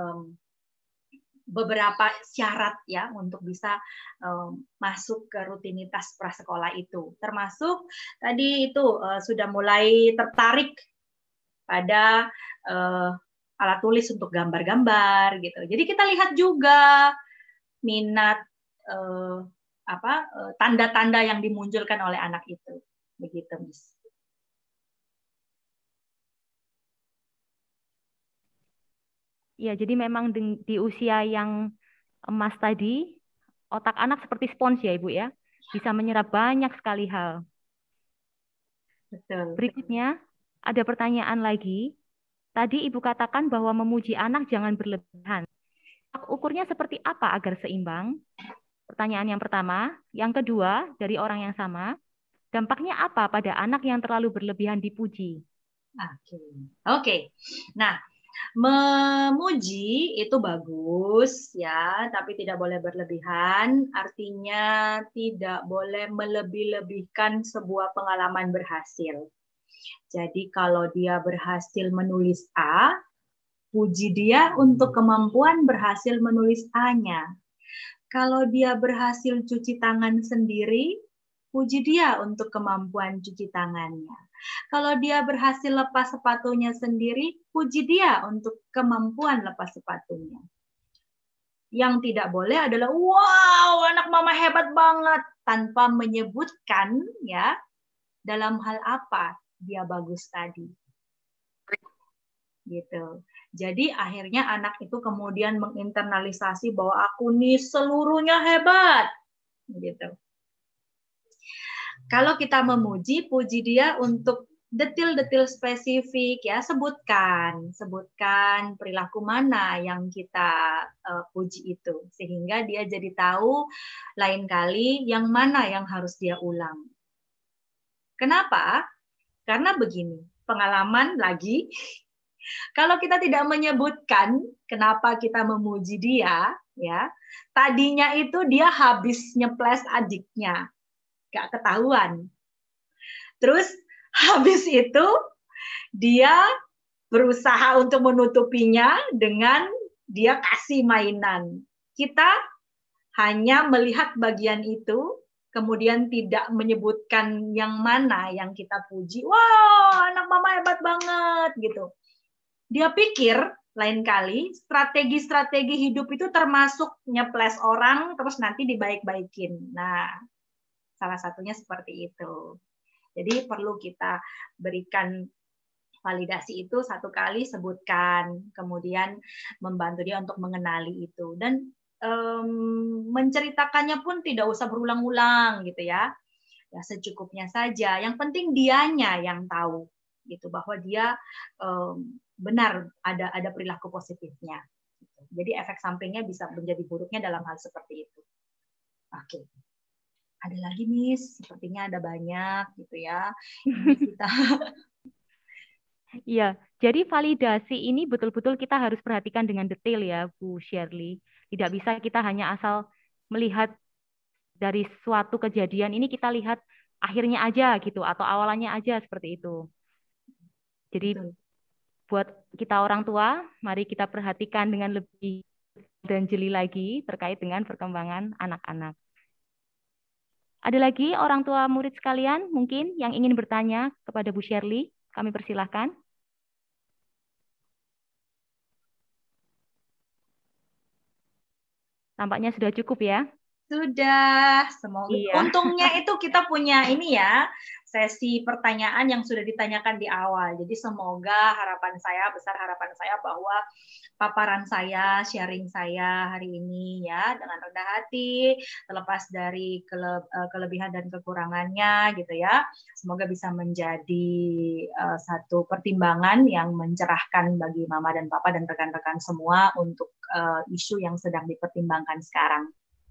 beberapa syarat ya untuk bisa masuk ke rutinitas prasekolah itu. Termasuk tadi itu sudah mulai tertarik pada alat tulis untuk gambar-gambar gitu. Jadi kita lihat juga minat tanda-tanda yang dimunculkan oleh anak itu. Begitu, Miss. Ya, jadi memang di usia yang emas tadi, otak anak seperti spons ya, Ibu ya. Bisa menyerap banyak sekali hal. Betul. Berikutnya, ada pertanyaan lagi. Tadi Ibu katakan bahwa memuji anak jangan berlebihan. Ukurnya seperti apa agar seimbang? Pertanyaan yang pertama. Yang kedua, dari orang yang sama. Dampaknya apa pada anak yang terlalu berlebihan dipuji? Oke. Nah, memuji itu bagus ya, tapi tidak boleh berlebihan. Artinya tidak boleh melebih-lebihkan sebuah pengalaman berhasil. Jadi kalau dia berhasil menulis A, puji dia untuk kemampuan berhasil menulis A-nya. Kalau dia berhasil cuci tangan sendiri, puji dia untuk kemampuan cuci tangannya. Kalau dia berhasil lepas sepatunya sendiri, puji dia untuk kemampuan lepas sepatunya. Yang tidak boleh adalah, wow, anak mama hebat banget, tanpa menyebutkan ya dalam hal apa dia bagus tadi. Gitu. Jadi akhirnya anak itu kemudian menginternalisasi bahwa aku nih seluruhnya hebat. Gitu. Kalau kita memuji, puji dia untuk detil-detil spesifik ya, sebutkan perilaku mana yang kita puji itu sehingga dia jadi tahu lain kali yang mana yang harus dia ulang. Kenapa? Karena begini, pengalaman lagi. Kalau kita tidak menyebutkan kenapa kita memuji dia, ya, tadinya itu dia habis nyeples adiknya, gak ketahuan. Terus habis itu dia berusaha untuk menutupinya dengan dia kasih mainan. Kita hanya melihat bagian itu, kemudian tidak menyebutkan yang mana yang kita puji. Wow, anak mama hebat banget gitu. Dia pikir lain kali strategi-strategi hidup itu termasuk nyeples orang terus nanti dibaik-baikin. Nah, salah satunya seperti itu. Jadi perlu kita berikan validasi itu satu kali sebutkan, kemudian membantu dia untuk mengenali itu. Dan menceritakannya pun tidak usah berulang-ulang gitu ya. Ya secukupnya saja. Yang penting dianya yang tahu gitu bahwa dia benar ada perilaku positifnya. Jadi efek sampingnya bisa menjadi buruknya dalam hal seperti itu. Oke. Ada lagi, Miss. Sepertinya ada banyak gitu ya. Kita Iya, jadi validasi ini betul-betul kita harus perhatikan dengan detail ya, Bu Shirley. Tidak bisa kita hanya asal melihat dari suatu kejadian ini kita lihat akhirnya aja gitu atau awalannya aja seperti itu. Jadi buat kita orang tua, mari kita perhatikan dengan lebih dan jeli lagi terkait dengan perkembangan anak-anak. Ada lagi orang tua murid sekalian mungkin yang ingin bertanya kepada Bu Shirley? Kami persilahkan. Tampaknya sudah cukup ya. Sudah, semoga. Iya. Untungnya itu kita punya ini ya, sesi pertanyaan yang sudah ditanyakan di awal. Jadi semoga besar harapan saya bahwa paparan saya, sharing saya hari ini ya dengan rendah hati, terlepas dari kelebihan dan kekurangannya gitu ya. Semoga bisa menjadi satu pertimbangan yang mencerahkan bagi mama dan papa dan rekan-rekan semua untuk isu yang sedang dipertimbangkan sekarang.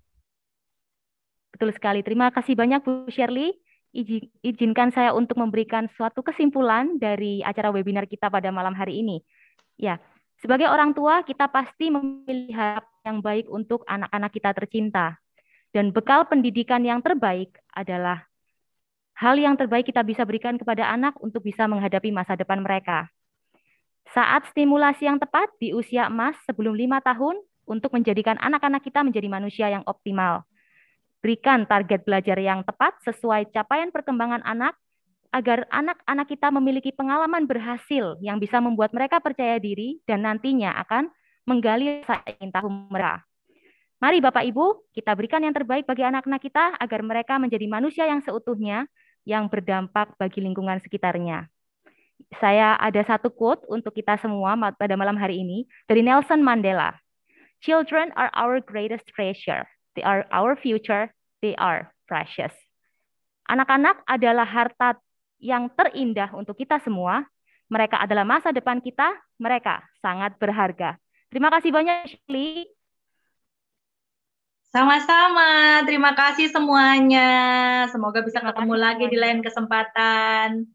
Betul sekali. Terima kasih banyak Bu Shirley. Izinkan saya untuk memberikan suatu kesimpulan dari acara webinar kita pada malam hari ini. Ya, sebagai orang tua kita pasti memilih hal yang baik untuk anak-anak kita tercinta. Dan bekal pendidikan yang terbaik adalah hal yang terbaik kita bisa berikan kepada anak untuk bisa menghadapi masa depan mereka. Saat stimulasi yang tepat di usia emas sebelum 5 tahun untuk menjadikan anak-anak kita menjadi manusia yang optimal. Berikan target belajar yang tepat sesuai capaian perkembangan anak, agar anak-anak kita memiliki pengalaman berhasil yang bisa membuat mereka percaya diri dan nantinya akan menggali rasa ingin tahu mereka. Mari Bapak Ibu, kita berikan yang terbaik bagi anak-anak kita agar mereka menjadi manusia yang seutuhnya, yang berdampak bagi lingkungan sekitarnya. Saya ada satu quote untuk kita semua pada malam hari ini dari Nelson Mandela. Children are our greatest treasure. They are our future, they are precious. Anak-anak adalah harta yang terindah untuk kita semua. Mereka adalah masa depan kita, mereka sangat berharga. Terima kasih banyak, Shirley. Sama-sama, terima kasih semuanya. Semoga bisa ketemu lagi di lain kesempatan.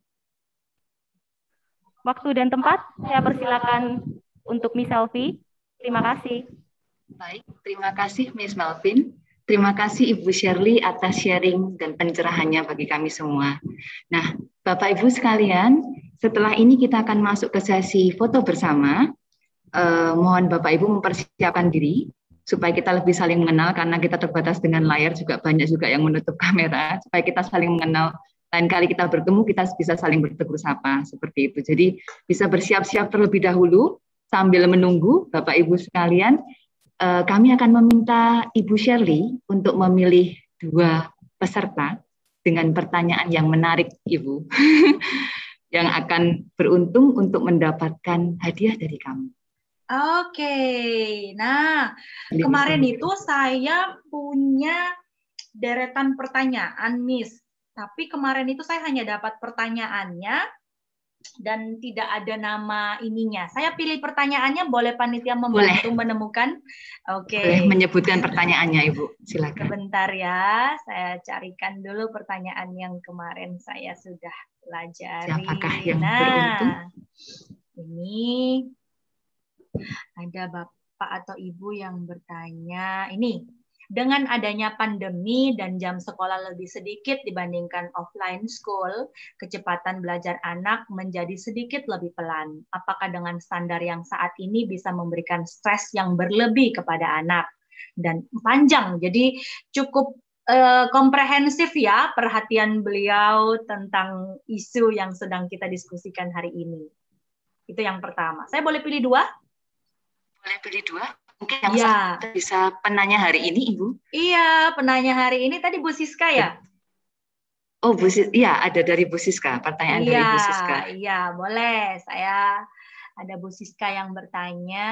Waktu dan tempat, saya persilakan untuk Miss Selvi. Terima kasih. Baik, terima kasih Miss Melvin. Terima kasih Ibu Shirley atas sharing dan pencerahannya bagi kami semua. Nah, Bapak Ibu sekalian, setelah ini kita akan masuk ke sesi foto bersama. Mohon Bapak Ibu mempersiapkan diri supaya kita lebih saling mengenal, karena kita terbatas dengan layar, juga banyak juga yang menutup kamera, supaya kita saling mengenal. Lain kali kita bertemu, kita bisa saling bertegur sapa, seperti itu. Jadi bisa bersiap-siap terlebih dahulu sambil menunggu Bapak Ibu sekalian. Kami akan meminta Ibu Shirley untuk memilih 2 peserta dengan pertanyaan yang menarik, Ibu, yang akan beruntung untuk mendapatkan hadiah dari kami. Oke, nah kemarin itu saya punya deretan pertanyaan, Miss. Tapi kemarin itu saya hanya dapat pertanyaannya dan tidak ada nama ininya. Saya pilih pertanyaannya, boleh panitia membantu menemukan? Oke. Boleh menyebutkan pertanyaannya, Ibu. Silakan. Sebentar ya, saya carikan dulu pertanyaan yang kemarin saya sudah pelajari. Siapakah yang beruntung? Ini ada Bapak atau Ibu yang bertanya. Ini, dengan adanya pandemi dan jam sekolah lebih sedikit dibandingkan offline school, kecepatan belajar anak menjadi sedikit lebih pelan. Apakah dengan standar yang saat ini bisa memberikan stres yang berlebih kepada anak? Dan panjang, jadi cukup komprehensif ya perhatian beliau tentang isu yang sedang kita diskusikan hari ini. Itu yang pertama. Saya boleh pilih 2? Boleh pilih 2. Mungkin yang bisa penanya hari ini, Ibu. Iya, penanya hari ini tadi Bu Siska ya? Oh, Bu Siska. Iya, ada dari Bu Siska. Pertanyaan dari Bu Siska. Iya, boleh. Saya ada Bu Siska yang bertanya.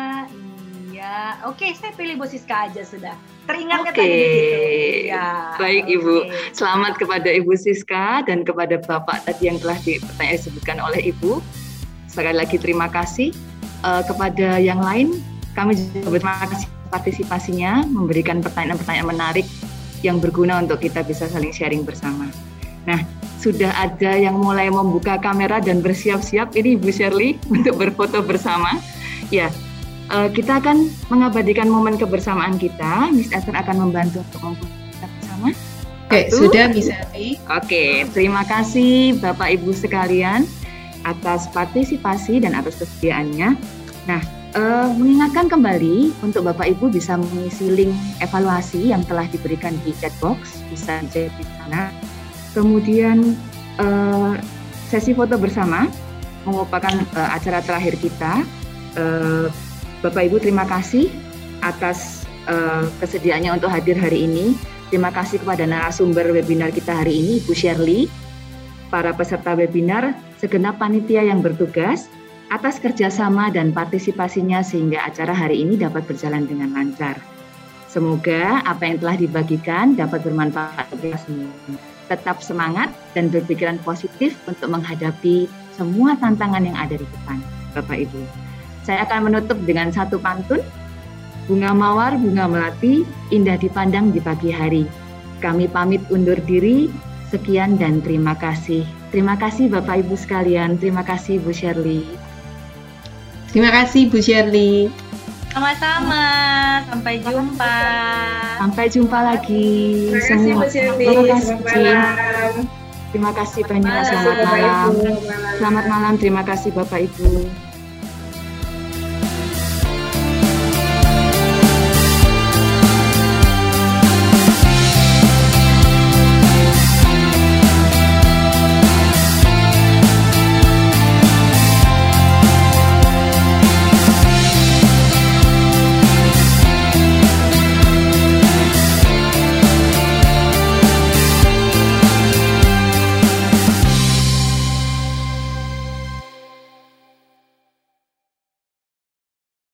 Iya, oke, saya pilih Bu Siska aja sudah. Teringatnya tadi gitu. Iya. Baik, Ibu. Selamat kepada Ibu Siska dan kepada Bapak tadi yang telah disebutkan oleh Ibu. Sekali lagi terima kasih. Kepada yang lain, kami juga berterima kasih partisipasinya, memberikan pertanyaan-pertanyaan menarik yang berguna untuk kita bisa saling sharing bersama. Nah, sudah ada yang mulai membuka kamera dan bersiap-siap, ini Ibu Shirley, untuk berfoto bersama. Ya, kita akan mengabadikan momen kebersamaan kita. Miss Esther akan membantu untuk memfoto kita bersama. Oke, sudah Miss Elvi. Oke, terima kasih Bapak Ibu sekalian atas partisipasi dan atas kesediaannya. Nah, mengingatkan kembali untuk Bapak Ibu bisa mengisi link evaluasi yang telah diberikan di chat box, bisa dicek di sana. Kemudian sesi foto bersama merupakan acara terakhir kita. Bapak Ibu terima kasih atas kesediaannya untuk hadir hari ini. Terima kasih kepada narasumber webinar kita hari ini, Ibu Shirley, para peserta webinar, segenap panitia yang bertugas, atas kerjasama dan partisipasinya sehingga acara hari ini dapat berjalan dengan lancar. Semoga apa yang telah dibagikan dapat bermanfaat bagi semua. Tetap semangat dan berpikiran positif untuk menghadapi semua tantangan yang ada di depan, Bapak Ibu. Saya akan menutup dengan satu pantun. Bunga mawar, bunga melati, indah dipandang di pagi hari. Kami pamit undur diri. Sekian dan terima kasih. Terima kasih Bapak Ibu sekalian. Terima kasih Bu Shirley. Terima kasih Bu Shirley. Sama-sama. Sampai jumpa. Sampai jumpa lagi. Terima kasih Bu Shirley. Terima kasih banyak. Selamat malam. Selamat malam. Terima kasih Bapak Ibu.